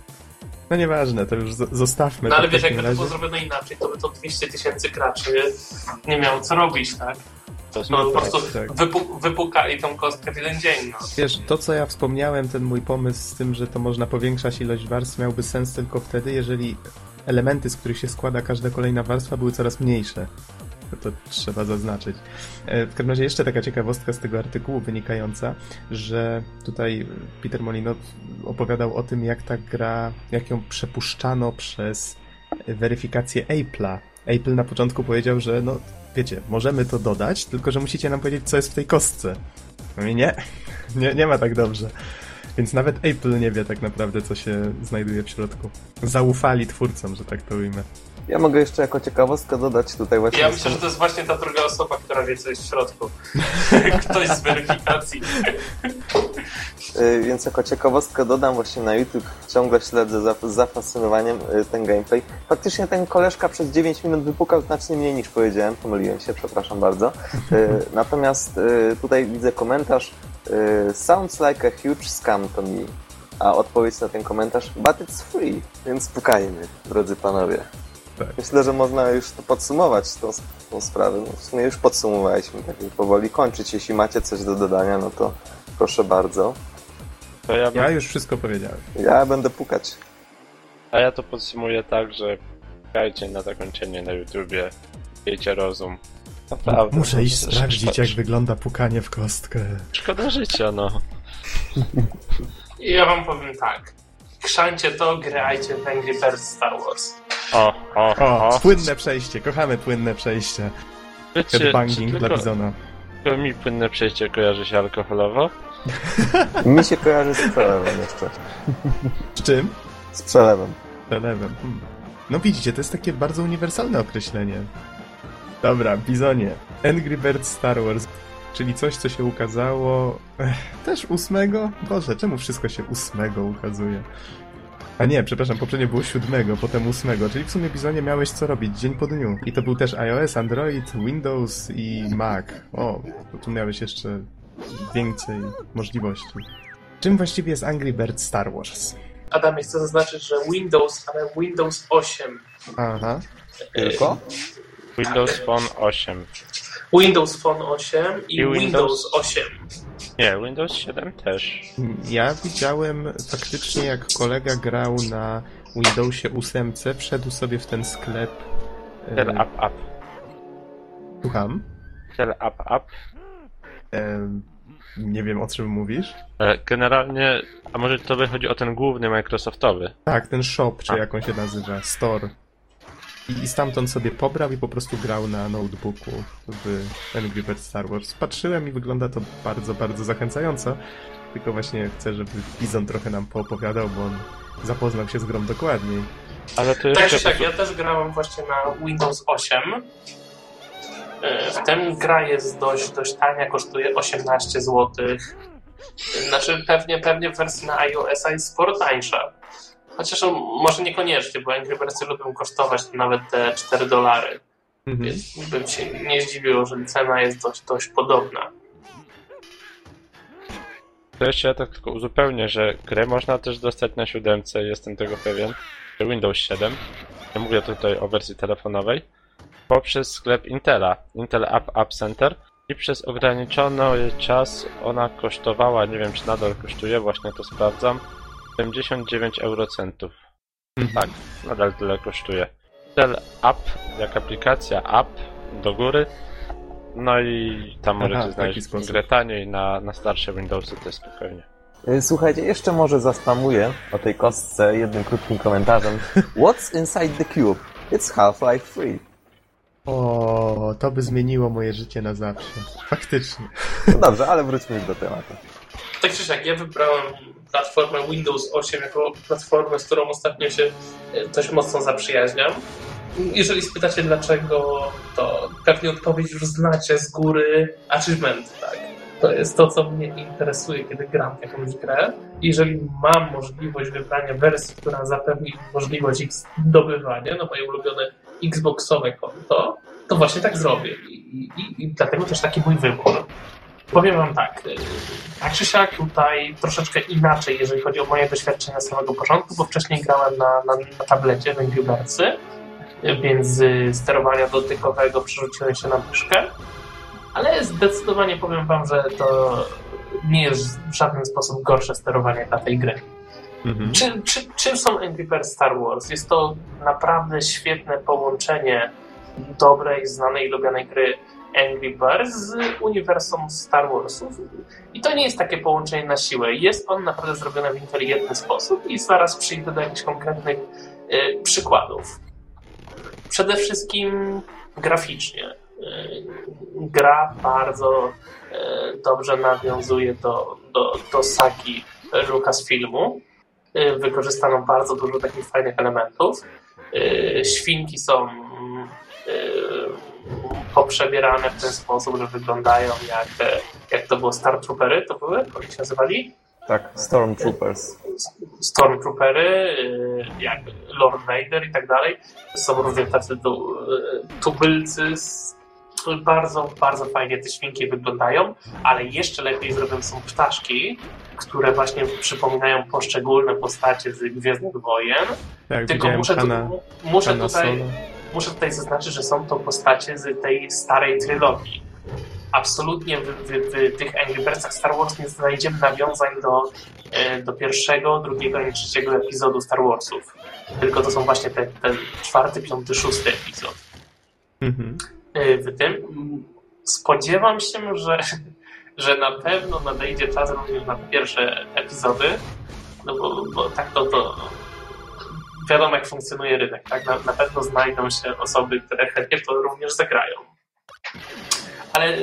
No nieważne, to już zostawmy. No ale wiesz, jakby to było zrobione inaczej, to by to dwieście tysięcy graczy nie miało co robić, tak? No po prostu tak. wypu- wypukali tą kostkę w jeden dzień. No. Wiesz, to co ja wspomniałem, ten mój pomysł z tym, że to można powiększać ilość warstw, miałby sens tylko wtedy, jeżeli elementy, z których się składa każda kolejna warstwa, były coraz mniejsze. To, to trzeba zaznaczyć. W każdym razie jeszcze taka ciekawostka z tego artykułu wynikająca, że tutaj Peter Molyneux opowiadał o tym, jak ta gra, jak ją przepuszczano przez weryfikację Apple'a. Apple na początku powiedział, że no wiecie, możemy to dodać, tylko że musicie nam powiedzieć, co jest w tej kostce. No i nie, nie, nie ma tak dobrze. Więc nawet Apple nie wie tak naprawdę, co się znajduje w środku. Zaufali twórcom, że tak to ujmę. Ja mogę jeszcze jako ciekawostkę dodać tutaj właśnie... Ja myślę, że to jest właśnie ta druga osoba, która wie, co jest w środku. Ktoś z weryfikacji. Więc jako ciekawostkę dodam, właśnie na YouTube ciągle śledzę z zafascynowaniem ten gameplay. Faktycznie ten koleżka przez dziewięć minut wypukał znacznie mniej niż powiedziałem, pomyliłem się, przepraszam bardzo. Natomiast tutaj widzę komentarz Sounds like a huge scam to me. A odpowiedź na ten komentarz But it's free, więc pukajmy, drodzy panowie. Tak. Myślę, że można już to podsumować, tą, tą sprawę. No, w sumie już podsumowaliśmy, tak powoli kończyć. Jeśli macie coś do dodania, no to proszę bardzo. To ja, ja już wszystko powiedziałem. Ja będę pukać. A ja to podsumuję tak, że czekajcie na zakończenie na YouTubie, miejcie rozum. Naprawdę. Muszę iść sprawdzić, jak wygląda pukanie w kostkę. Szkoda życia, no. Ja wam powiem tak. Chrzancie to, grajcie w Angry Birds Star Wars. O, o, o, o. Płynne przejście, kochamy płynne przejście. Headbanging dla Bizona. Tylko mi płynne przejście kojarzy się alkoholowo? Mi się kojarzy z przelewem jeszcze. Z czym? Z przelewem. Przelewem. Hmm. No widzicie, to jest takie bardzo uniwersalne określenie. Dobra, Bizonie. Angry Birds Star Wars. Czyli coś, co się ukazało... Ech, też ósmego? Boże, czemu wszystko się ósmego ukazuje? A nie, przepraszam, poprzednio było siódmego, potem ósmego, czyli w sumie, Bizonie, miałeś co robić dzień po dniu. I to był też iOS, Android, Windows i Mac. O, to tu miałeś jeszcze więcej możliwości. Czym właściwie jest Angry Birds Star Wars? Adamie, chcę zaznaczyć, że Windows, ale Windows osiem. Aha. Tylko? Windows Phone osiem. Windows Phone osiem i, I Windows... Windows osiem. Nie, Windows siedem też. Ja widziałem faktycznie, jak kolega grał na Windowsie osiem, wszedł sobie w ten sklep... Tell e... up up. Słucham? Tell up up. E... Nie wiem, o czym mówisz. Generalnie, a może to wychodzi o ten główny Microsoftowy? Tak, ten shop, czy a. jak on się nazywa, store. I stamtąd sobie pobrał i po prostu grał na notebooku w Angry Birds Star Wars. Patrzyłem i wygląda to bardzo, bardzo zachęcająco. Tylko właśnie chcę, żeby Bizon trochę nam poopowiadał, bo on zapoznał się z grą dokładniej. Ale to tak, jeszcze... tak, ja też grałem właśnie na Windows osiem. W tym gra jest dość, dość tania, kosztuje osiemnaście złotych. Znaczy pewnie, pewnie w wersji na iOS-a jest sporo tańsza. Chociaż może niekoniecznie, bo Angry Birdsy lubią kosztować nawet te cztery dolary. Mhm. Więc bym się nie zdziwiło, że cena jest dość, dość podobna. To jeszcze ja tak tylko uzupełnię, że grę można też dostać na siódemce, jestem tego pewien, Windows siedem, nie mówię tutaj o wersji telefonowej, poprzez sklep Intela, Intel App App Center i przez ograniczony czas ona kosztowała, nie wiem czy nadal kosztuje, właśnie to sprawdzam, siedemdziesiąt dziewięć eurocentów. Mhm. Tak, nadal tyle kosztuje. Intel App, jak aplikacja App do góry, no i tam Aha, możecie znaleźć grę taniej na, na starsze Windowsy też spokojnie. Słuchajcie, jeszcze może zaspamuję o tej kostce jednym krótkim komentarzem. What's inside the cube? It's Half-Life trzy. O, to by zmieniło moje życie na zawsze. Faktycznie. No dobrze, ale wróćmy już do tematu. Tak czy siak, ja wybrałem platformę Windows osiem jako platformę, z którą ostatnio się dość mocno zaprzyjaźniam. Jeżeli spytacie dlaczego, to pewnie odpowiedź już znacie z góry. Achievement, tak. To jest to, co mnie interesuje, kiedy gram w jakąś grę. Jeżeli mam możliwość wybrania wersji, która zapewni możliwość ich zdobywania na moje ulubione Xboxowe konto, to właśnie tak zrobię. I, i, i dlatego też taki mój wybór. Powiem wam tak, tak czy siak tutaj troszeczkę inaczej, jeżeli chodzi o moje doświadczenia z samego początku, bo wcześniej grałem na, na, na tablecie w Angry Birdsy, więc z sterowania dotykowego przerzuciłem się na myszkę, ale zdecydowanie powiem wam, że to nie jest w żaden sposób gorsze sterowanie dla tej gry. Mhm. Czy, czy, czym są Angry Birds Star Wars? Jest to naprawdę świetne połączenie dobrej, znanej i lubianej gry Angry Birds z uniwersum Star Warsów. I to nie jest takie połączenie na siłę. Jest on naprawdę zrobiony w inteligentny sposób i zaraz przyjdę do jakichś konkretnych y, przykładów. Przede wszystkim graficznie. Gra bardzo dobrze nawiązuje do, do, do sagi Lucasfilmu. Wykorzystano bardzo dużo takich fajnych elementów. Świnki są poprzebierane w ten sposób, że wyglądają jak, jak to było Star Troopery, to były? Jak się nazywali? Tak, Stormtroopers. Stormtroopery, jak Lord Vader i tak dalej. Są również tacy tu, tubylcy. Bardzo, bardzo fajnie te świnki wyglądają, ale jeszcze lepiej zrobione są ptaszki, które właśnie przypominają poszczególne postacie z Gwiezdnych Wojen. Tak, tylko muszę, pana, tu, muszę, pana tutaj, muszę tutaj zaznaczyć, że są to postacie z tej starej trylogii. Absolutnie w, w, w tych Angry Birdsach Star Wars nie znajdziemy nawiązań do, do pierwszego, drugiego i trzeciego epizodu Star Warsów. Tylko to są właśnie ten, ten czwarty, piąty, szósty epizod. Mhm. W tym spodziewam się, że, że na pewno nadejdzie czas również na pierwsze epizody, no bo, bo tak to, to wiadomo jak funkcjonuje rynek, tak? Na, na pewno znajdą się osoby, które chętnie to również zagrają. Ale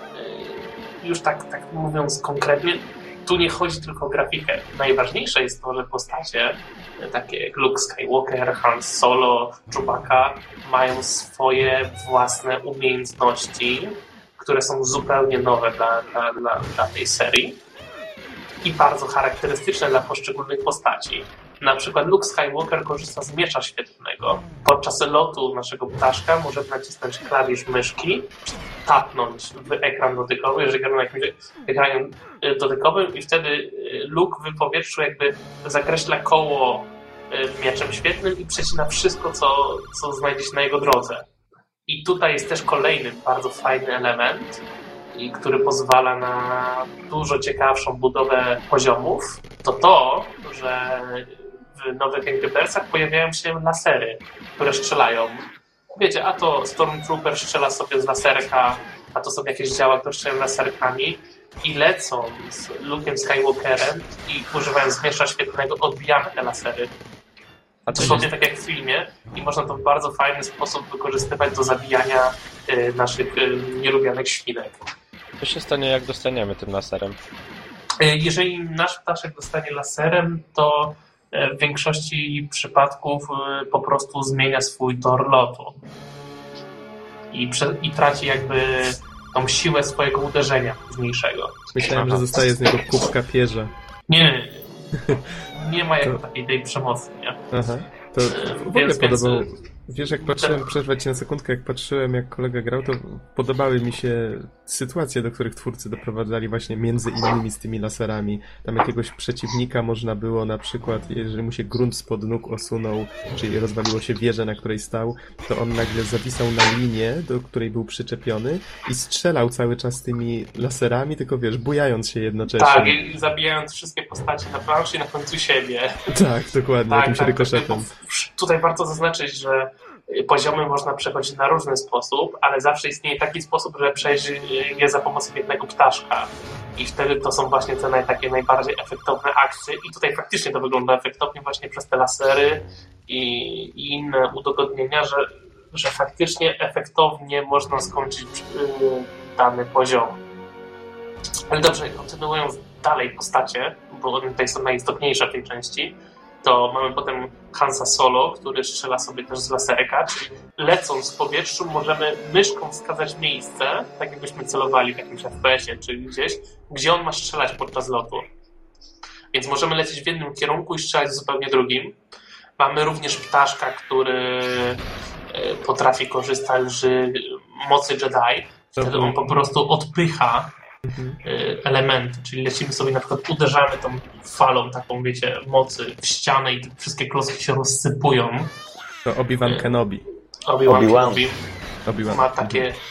już tak, tak mówiąc konkretnie, tu nie chodzi tylko o grafikę. Najważniejsze jest to, że postacie takie jak Luke Skywalker, Han Solo, Chewbacca mają swoje własne umiejętności, które są zupełnie nowe dla, dla, dla, dla tej serii i bardzo charakterystyczne dla poszczególnych postaci. Na przykład Luke Skywalker korzysta z miecza świetlnego. Podczas lotu naszego ptaszka możemy nacisnąć klawisz myszki, tapnąć w ekran dotykowy, jeżeli gramy na jakimś ekranie dotykowym i wtedy Luke w powietrzu jakby zakreśla koło mieczem świetlnym i przecina wszystko, co, co znajdzie się na jego drodze. I tutaj jest też kolejny bardzo fajny element, i który pozwala na dużo ciekawszą budowę poziomów, to to, że w nowych Angry Birdsach pojawiają się lasery, które strzelają. Wiecie, a to Stormtrooper strzela sobie z laserka, a to są jakieś działa, które strzelają laserkami i lecą z Luke'em Skywalkerem i używając miecza świetlnego odbijamy te lasery. dosłownie tak jak w filmie i można to w bardzo fajny sposób wykorzystywać do zabijania y, naszych y, nielubianych świnek. Co się stanie, jak dostaniemy tym laserem? Y, jeżeli nasz ptaszek dostanie laserem, to y, w większości przypadków y, po prostu zmienia swój tor lotu i, prze, i traci jakby tą siłę swojego uderzenia późniejszego. Myślałem, Aha. że zostaje z niego kubka pierza. Nie, nie ma jako to... takiej tej przemocy, nie? Aha. To w ogóle więc, podobał... Więc... Wiesz, jak patrzyłem, przerwę ci na sekundkę, jak patrzyłem, jak kolega grał, to podobały mi się sytuacje, do których twórcy doprowadzali właśnie między innymi z tymi laserami. Tam jakiegoś przeciwnika można było na przykład, jeżeli mu się grunt spod nóg osunął, czyli rozwaliło się wieżę, na której stał, to on nagle zawisał na linię, do której był przyczepiony i strzelał cały czas tymi laserami, tylko wiesz, bujając się jednocześnie. Tak, i zabijając wszystkie postacie na planszy i na końcu siebie. Tak, dokładnie, tak, jakimś tak, rykoszetem. Tutaj warto zaznaczyć, że poziomy można przechodzić na różny sposób, ale zawsze istnieje taki sposób, że przejść je za pomocą jednego ptaszka. I wtedy to są właśnie te naj, takie najbardziej efektowne akcje. I tutaj faktycznie to wygląda efektownie właśnie przez te lasery i, i inne udogodnienia, że, że faktycznie efektownie można skończyć yy, dany poziom. Ale dobrze, kontynuując dalej postacie, bo one tutaj są najistotniejsze w tej części, to mamy potem Hansa Solo, który strzela sobie też z laserka, czyli lecąc w powietrzu możemy myszką wskazać miejsce, tak jakbyśmy celowali w jakimś F P S-ie czy gdzieś, gdzie on ma strzelać podczas lotu. Więc możemy lecieć w jednym kierunku i strzelać w zupełnie drugim. Mamy również ptaszka, który potrafi korzystać z mocy Jedi. Wtedy on po prostu odpycha Mhm. elementy, czyli lecimy sobie na przykład, uderzamy tą falą taką, wiecie, mocy w ścianę i te wszystkie klocki się rozsypują. To Obi-Wan Kenobi. Obi-Wan Kenobi Obi-Wan. ma takie, e,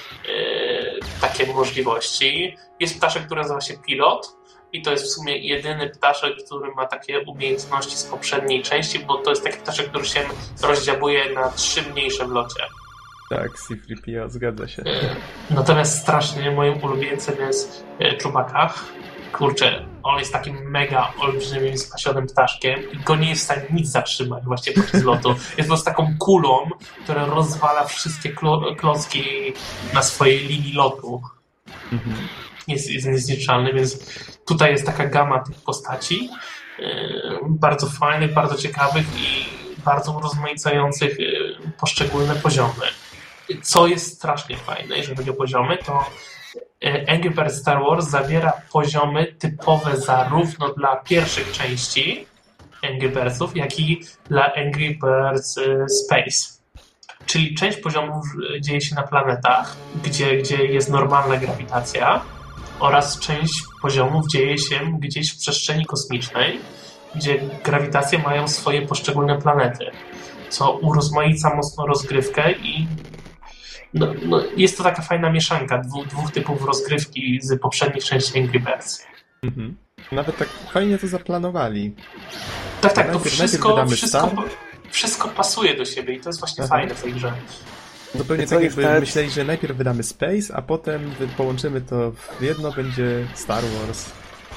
takie możliwości. Jest ptaszek, który nazywa się Pilot i to jest w sumie jedyny ptaszek, który ma takie umiejętności z poprzedniej części, bo to jest taki ptaszek, który się rozdziałuje na trzy mniejsze w locie. Tak, C trzy P O, zgadza się. Natomiast strasznie moim ulubieńcem jest Chewbacca. Kurczę, on jest takim mega olbrzymim, spasionym ptaszkiem i go nie jest w stanie nic zatrzymać właśnie podczas lotu. Jest po prostu taką kulą, która rozwala wszystkie klo- klocki na swojej linii lotu. Mhm. Jest, jest niezniszczalny, więc tutaj jest taka gama tych postaci, yy, bardzo fajnych, bardzo ciekawych i bardzo urozmaicających poszczególne poziomy. Co jest strasznie fajne, jeżeli chodzi o poziomy, to Angry Birds Star Wars zawiera poziomy typowe zarówno dla pierwszych części Angry Birdsów, jak i dla Angry Birds Space. Czyli część poziomów dzieje się na planetach, gdzie, gdzie jest normalna grawitacja, oraz część poziomów dzieje się gdzieś w przestrzeni kosmicznej, gdzie grawitacje mają swoje poszczególne planety, co urozmaica mocno rozgrywkę i no, no, jest to taka fajna mieszanka dwóch, dwóch typów rozgrywki z poprzednich części Angry Birds. Mhm. Nawet tak fajnie to zaplanowali. Tak, tak, to wszystko, wszystko, wszystko pasuje do siebie i to jest właśnie Aha. fajne w tej grze. Zupełnie tak jakby wtedy... myśleli, że najpierw wydamy Space, a potem połączymy to w jedno, będzie Star Wars.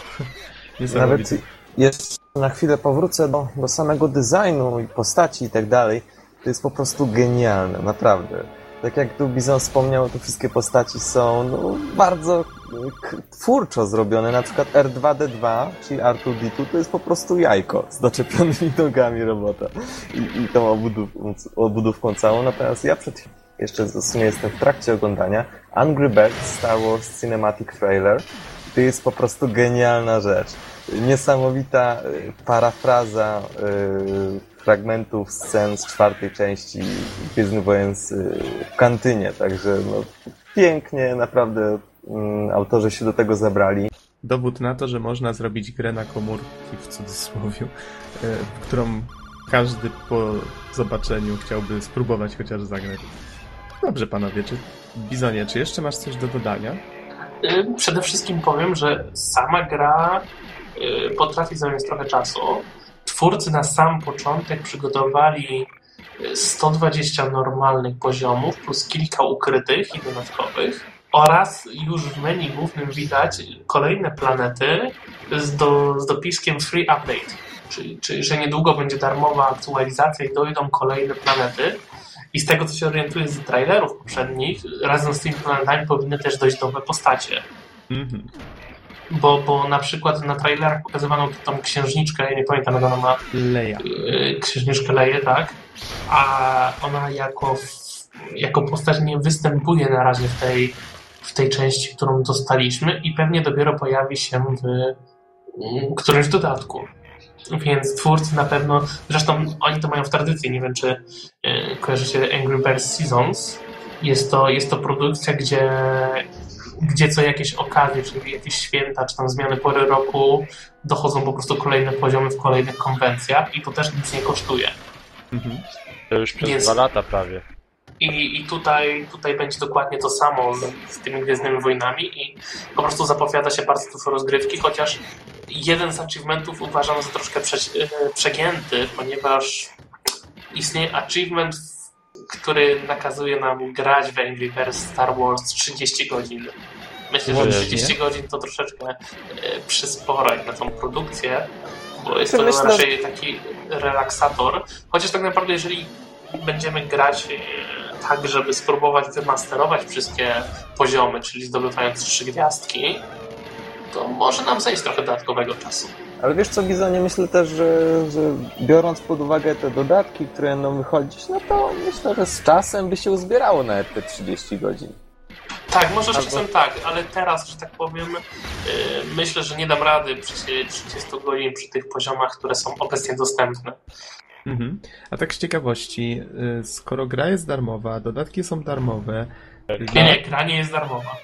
Nawet jeszcze na chwilę powrócę do, do samego designu i postaci i tak dalej. To jest po prostu genialne, naprawdę. Tak jak tu Bizon wspomniał, te wszystkie postaci są no, bardzo twórczo zrobione. Na przykład R dwa D dwa, czyli R dwa D dwa, to jest po prostu jajko z doczepionymi nogami robota i, i tą obudów, obudówką całą. Natomiast ja przed jeszcze w sumie jestem w trakcie oglądania Angry Birds Star Wars Cinematic Trailer. To jest po prostu genialna rzecz. Niesamowita parafraza yy, fragmentów scen z czwartej części Gwiezdnych Wojen w kantynie, także no, pięknie, naprawdę mm, autorzy się do tego zabrali. Dowód na to, że można zrobić grę na komórki, w cudzysłowie, w którą każdy po zobaczeniu chciałby spróbować chociaż zagrać. Dobrze, panowie, czy Bizonie, czy jeszcze masz coś do dodania? Przede wszystkim powiem, że sama gra potrafi zająć trochę czasu. Twórcy na sam początek przygotowali sto dwadzieścia normalnych poziomów plus kilka ukrytych i dodatkowych oraz już w menu głównym widać kolejne planety z, do, z dopiskiem Free Update. czyli, czyli że niedługo będzie darmowa aktualizacja i dojdą kolejne planety. I z tego, co się orientuję z trailerów poprzednich, razem z tymi planetami powinny też dojść nowe postacie. Mm-hmm. Bo, bo na przykład na trailerach pokazywano tą księżniczkę, ja nie pamiętam jak ona ma... Leia. Księżniczkę Leię, tak. A ona jako, jako postać nie występuje na razie w tej, w tej części, którą dostaliśmy i pewnie dopiero pojawi się w którymś dodatku. Więc twórcy na pewno, zresztą oni to mają w tradycji, nie wiem czy yy, kojarzycie Angry Birds Seasons. Jest to, jest to produkcja, gdzie, gdzie co jakieś okazje, czyli jakieś święta, czy tam zmiany pory roku, dochodzą po prostu kolejne poziomy w kolejnych konwencjach i to też nic nie kosztuje. Mhm. To już przez Więc... dwa lata prawie. I, i tutaj, tutaj będzie dokładnie to samo z, z tymi Gwiezdnymi Wojnami i po prostu zapowiada się bardzo dużo rozgrywki, chociaż jeden z achievementów uważam za troszkę prze, przegięty, ponieważ istnieje achievement, który nakazuje nam grać w Angry Birds Star Wars trzydzieści godzin. Myślę, że trzydzieści godzin to troszeczkę e, przyspora na tą produkcję, bo jest to myślę... raczej taki relaksator, chociaż tak naprawdę jeżeli będziemy grać tak, żeby spróbować wymasterować wszystkie poziomy, czyli zdobywając trzy gwiazdki, to może nam zejść trochę dodatkowego czasu. Ale wiesz co, Gizonie, myślę też, że, że biorąc pod uwagę te dodatki, które będą wychodzić, no to myślę, że z czasem by się uzbierało nawet te trzydzieści godzin. Tak, może Albo... czasem tak, ale teraz, że tak powiem, yy, myślę, że nie dam rady przesiedzieć trzydzieści godzin przy tych poziomach, które są obecnie dostępne. Mhm. A tak z ciekawości, skoro gra jest darmowa, dodatki są darmowe... Nie, nie, gra nie jest darmowa.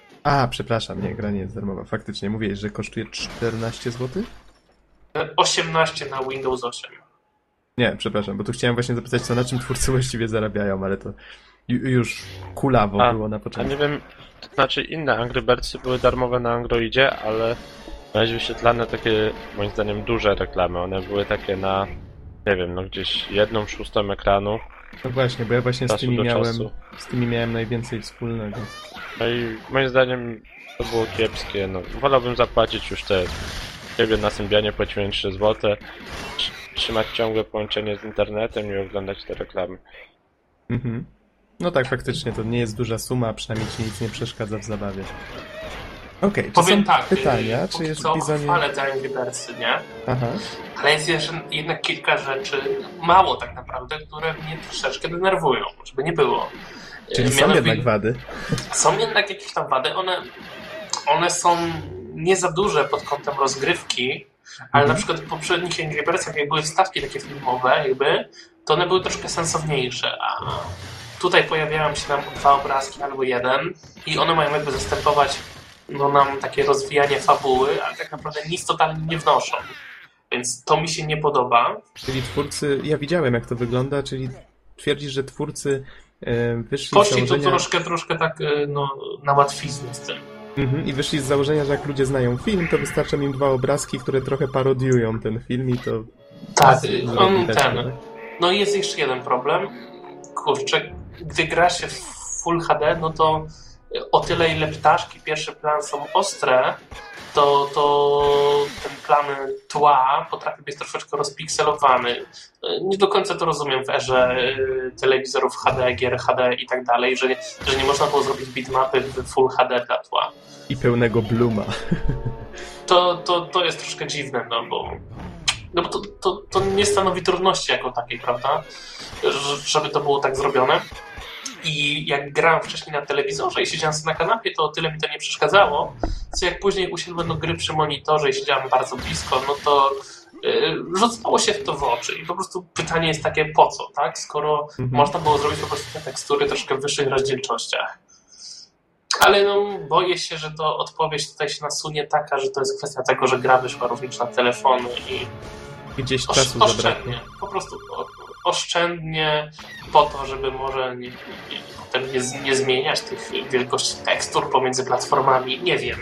A, przepraszam, nie, gra nie jest darmowa. Faktycznie, mówiłeś, że kosztuje czternaście złotych? osiemnaście na Windows osiem. Nie, przepraszam, bo tu chciałem właśnie zapytać, co na czym twórcy właściwie zarabiają, ale to już kulawo a, było na początku. A nie wiem, to znaczy inne Angry Birdsy były darmowe na Androidzie, ale miałeś wyświetlane takie, moim zdaniem, duże reklamy. One były takie na... nie wiem, no gdzieś jedną szóstą ekranu. No właśnie, bo ja właśnie z tymi miałem z tymi miałem najwięcej wspólnego. No i moim zdaniem to było kiepskie, no wolałbym zapłacić już te ciebie na Symbianie płaciłem trzy złote, trzymać ciągłe połączenie z internetem i oglądać te reklamy. Mhm. No tak, faktycznie to nie jest duża suma, a przynajmniej ci nic nie przeszkadza w zabawie. Okej, okay, czy Powiem są tak, pytania? Czy jest co Bizonie... chwalę te Angry Birdsy, nie? Aha. Ale jest jeszcze jednak kilka rzeczy, mało tak naprawdę, które mnie troszeczkę denerwują, żeby nie było. Czyli są jednak wady. Są jednak jakieś tam wady, one, one są nie za duże pod kątem rozgrywki, ale mhm. na przykład w poprzednich Angry Birdsach, jak były wstawki takie filmowe, jakby, to one były troszkę sensowniejsze, a tutaj pojawiają się nam dwa obrazki albo jeden i one mają jakby zastępować no, nam takie rozwijanie fabuły, ale tak naprawdę nic totalnie nie wnoszą. Więc to mi się nie podoba. Czyli twórcy, ja widziałem jak to wygląda, czyli twierdzisz, że twórcy e, wyszli Poszli z założenia... tu troszkę, troszkę tak no, na łatwiznę z tym. Mhm, i wyszli z założenia, że jak ludzie znają film, to wystarczą im dwa obrazki, które trochę parodiują ten film i to... Tak, on ten... No i jest jeszcze jeden problem. Kurczę, gdy gra się w Full H D, no to o tyle ile ptaszki pierwszy plan są ostre, to, to ten plan tła potrafi być troszeczkę rozpikselowany. Nie do końca to rozumiem w erze telewizorów H D, gier H D i tak dalej, że, że nie można było zrobić bitmapy w Full H D dla tła. I pełnego bluma. To, to, to jest troszkę dziwne, no bo, no bo to, to, to nie stanowi trudności jako takiej, prawda? Żeby to było tak zrobione. I jak grałem wcześniej na telewizorze i siedziałem sobie na kanapie, to o tyle mi to nie przeszkadzało. Co jak później usiadłem do gry przy monitorze i siedziałem bardzo blisko, no to yy, rzucało się w to w oczy. I po prostu pytanie jest takie, po co, tak? Skoro mhm. można było zrobić po prostu te tekstury troszkę w wyższych rozdzielczościach. Ale no, boję się, że to odpowiedź tutaj się nasunie taka, że to jest kwestia tego, że gra wyszła również na telefony i gdzieś czasu osz, oszczędnie, po prostu oszczędnie po to, żeby może nie, nie, potem nie, nie zmieniać tych wielkości tekstur pomiędzy platformami, nie wiem.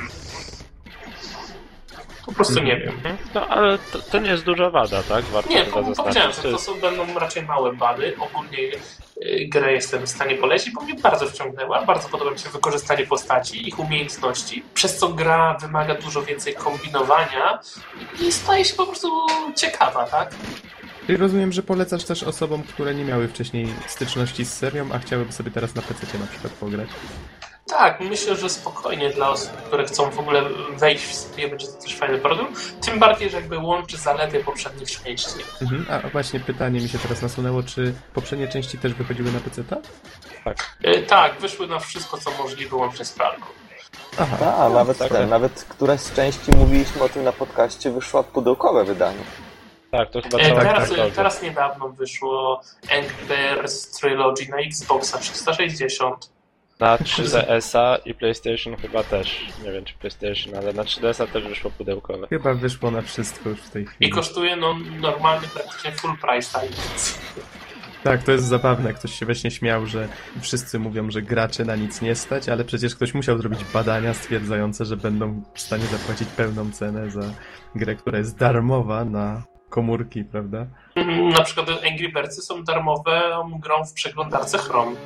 Po prostu nie wiem. No ale to, to nie jest duża wada, tak? Warto nie, powiedziałem, że to są, będą raczej małe wady. Ogólnie grę jestem w stanie polecić, bo mnie bardzo wciągnęła. Bardzo podoba mi się wykorzystanie postaci, ich umiejętności, przez co gra wymaga dużo więcej kombinowania i staje się po prostu ciekawa, tak? I rozumiem, że polecasz też osobom, które nie miały wcześniej styczności z serią, a chciałyby sobie teraz na pececie na przykład pograć. Tak, myślę, że spokojnie dla osób, które chcą w ogóle wejść w serię, będzie to też fajny produkt. Tym bardziej, że jakby łączy zalety poprzednich części. Mhm. A właśnie pytanie mi się teraz nasunęło, czy poprzednie części też wychodziły na peceta? Tak. E, tak, wyszły na wszystko, co możliwe, łącznie z pralką. Aha, Ta, nawet, tak, ten, nawet któraś z części, mówiliśmy o tym na podcaście, wyszła pudełkowe wydanie. Tak, to chyba e, cała teraz, tak, teraz niedawno wyszło Angry Birds Trilogy na Xboxa trzysta sześćdziesiąt. Na trzy D S a i PlayStation chyba też. Nie wiem, czy PlayStation, ale na trzy D S a też wyszło pudełkowe. Chyba wyszło na wszystko już w tej chwili. I kosztuje no normalny praktycznie full price, tak więc... Tak, to jest zabawne. Ktoś się właśnie śmiał, że wszyscy mówią, że graczy na nic nie stać, ale przecież ktoś musiał zrobić badania stwierdzające, że będą w stanie zapłacić pełną cenę za grę, która jest darmowa na komórki, prawda? Na przykład Angry Birdsy są darmowe grą w przeglądarce Chrome.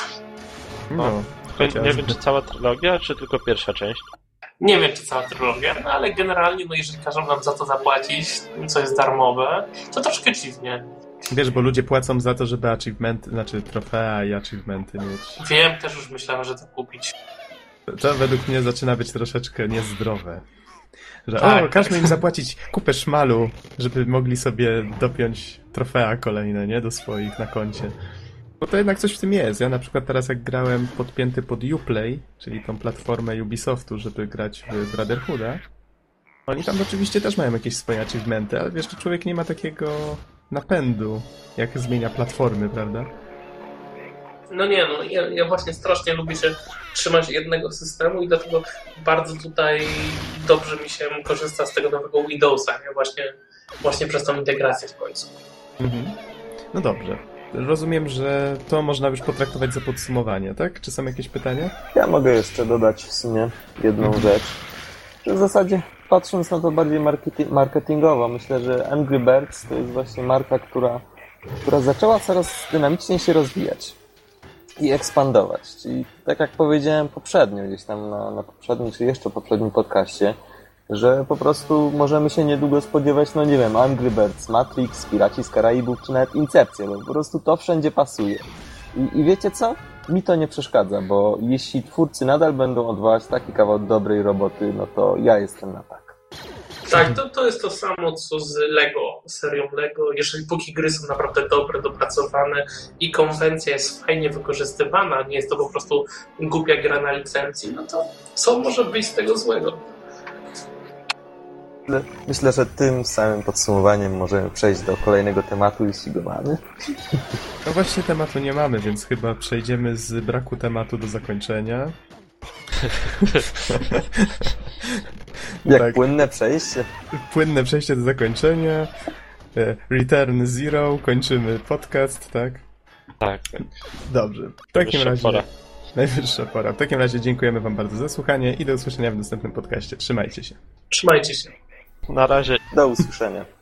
No, nie, nie wiem, czy cała trylogia, czy tylko pierwsza część? Nie wiem, czy cała trylogia, no ale generalnie, no jeżeli każą nam za to zapłacić, co jest darmowe, to troszkę dziwnie. Wiesz, bo ludzie płacą za to, żeby achievementy, znaczy trofea i achievementy mieć. Wiem, też już myślałem, że to kupić. To według mnie zaczyna być troszeczkę niezdrowe. Że tak, o, każmy tak. im zapłacić kupę szmalu, żeby mogli sobie dopiąć trofea kolejne, nie? Do swoich na koncie. Bo to jednak coś w tym jest. Ja na przykład teraz jak grałem podpięty pod Uplay, czyli tą platformę Ubisoftu, żeby grać w Brotherhooda, oni tam oczywiście też mają jakieś swoje achievementy, ale wiesz, że człowiek nie ma takiego napędu, jak zmienia platformy, prawda? No nie, no ja, ja właśnie strasznie lubię się trzymać jednego systemu i dlatego bardzo tutaj dobrze mi się korzysta z tego nowego Windowsa, nie? Właśnie, właśnie przez tą integrację w końcu. Mhm. No dobrze. Rozumiem, że to można już potraktować za podsumowanie, tak? Czy są jakieś pytania? Ja mogę jeszcze dodać w sumie jedną mhm. rzecz. Że w zasadzie, patrząc na to bardziej marketi- marketingowo, myślę, że Angry Birds to jest właśnie marka, która, która zaczęła coraz dynamiczniej się rozwijać i ekspandować. Czyli tak jak powiedziałem poprzednio, gdzieś tam na, na poprzednim, czy jeszcze poprzednim podcaście, że po prostu możemy się niedługo spodziewać, no nie wiem, Angry Birds, Matrix, Piraci z Karaibów, czy nawet Incepcja, bo po prostu to wszędzie pasuje. I, i wiecie co? Mi to nie przeszkadza, bo jeśli twórcy nadal będą odwalać taki kawał dobrej roboty, no to ja jestem na tak. Tak, to, to jest to samo, co z Lego, serią Lego. Jeżeli póki gry są naprawdę dobre, dopracowane i konwencja jest fajnie wykorzystywana, nie jest to po prostu głupia gra na licencji, no to co może być z tego złego? Myślę, że tym samym podsumowaniem możemy przejść do kolejnego tematu, jeśli go mamy. No właśnie tematu nie mamy, więc chyba przejdziemy z braku tematu do zakończenia. Jak tak. Płynne przejście. Płynne przejście do zakończenia. Return Zero, kończymy podcast, tak? Tak. Dobrze. W takim razie... Pora. Najwyższa pora. W takim razie dziękujemy wam bardzo za słuchanie i do usłyszenia w następnym podcaście. Trzymajcie się. Trzymajcie się. Na razie. Do usłyszenia.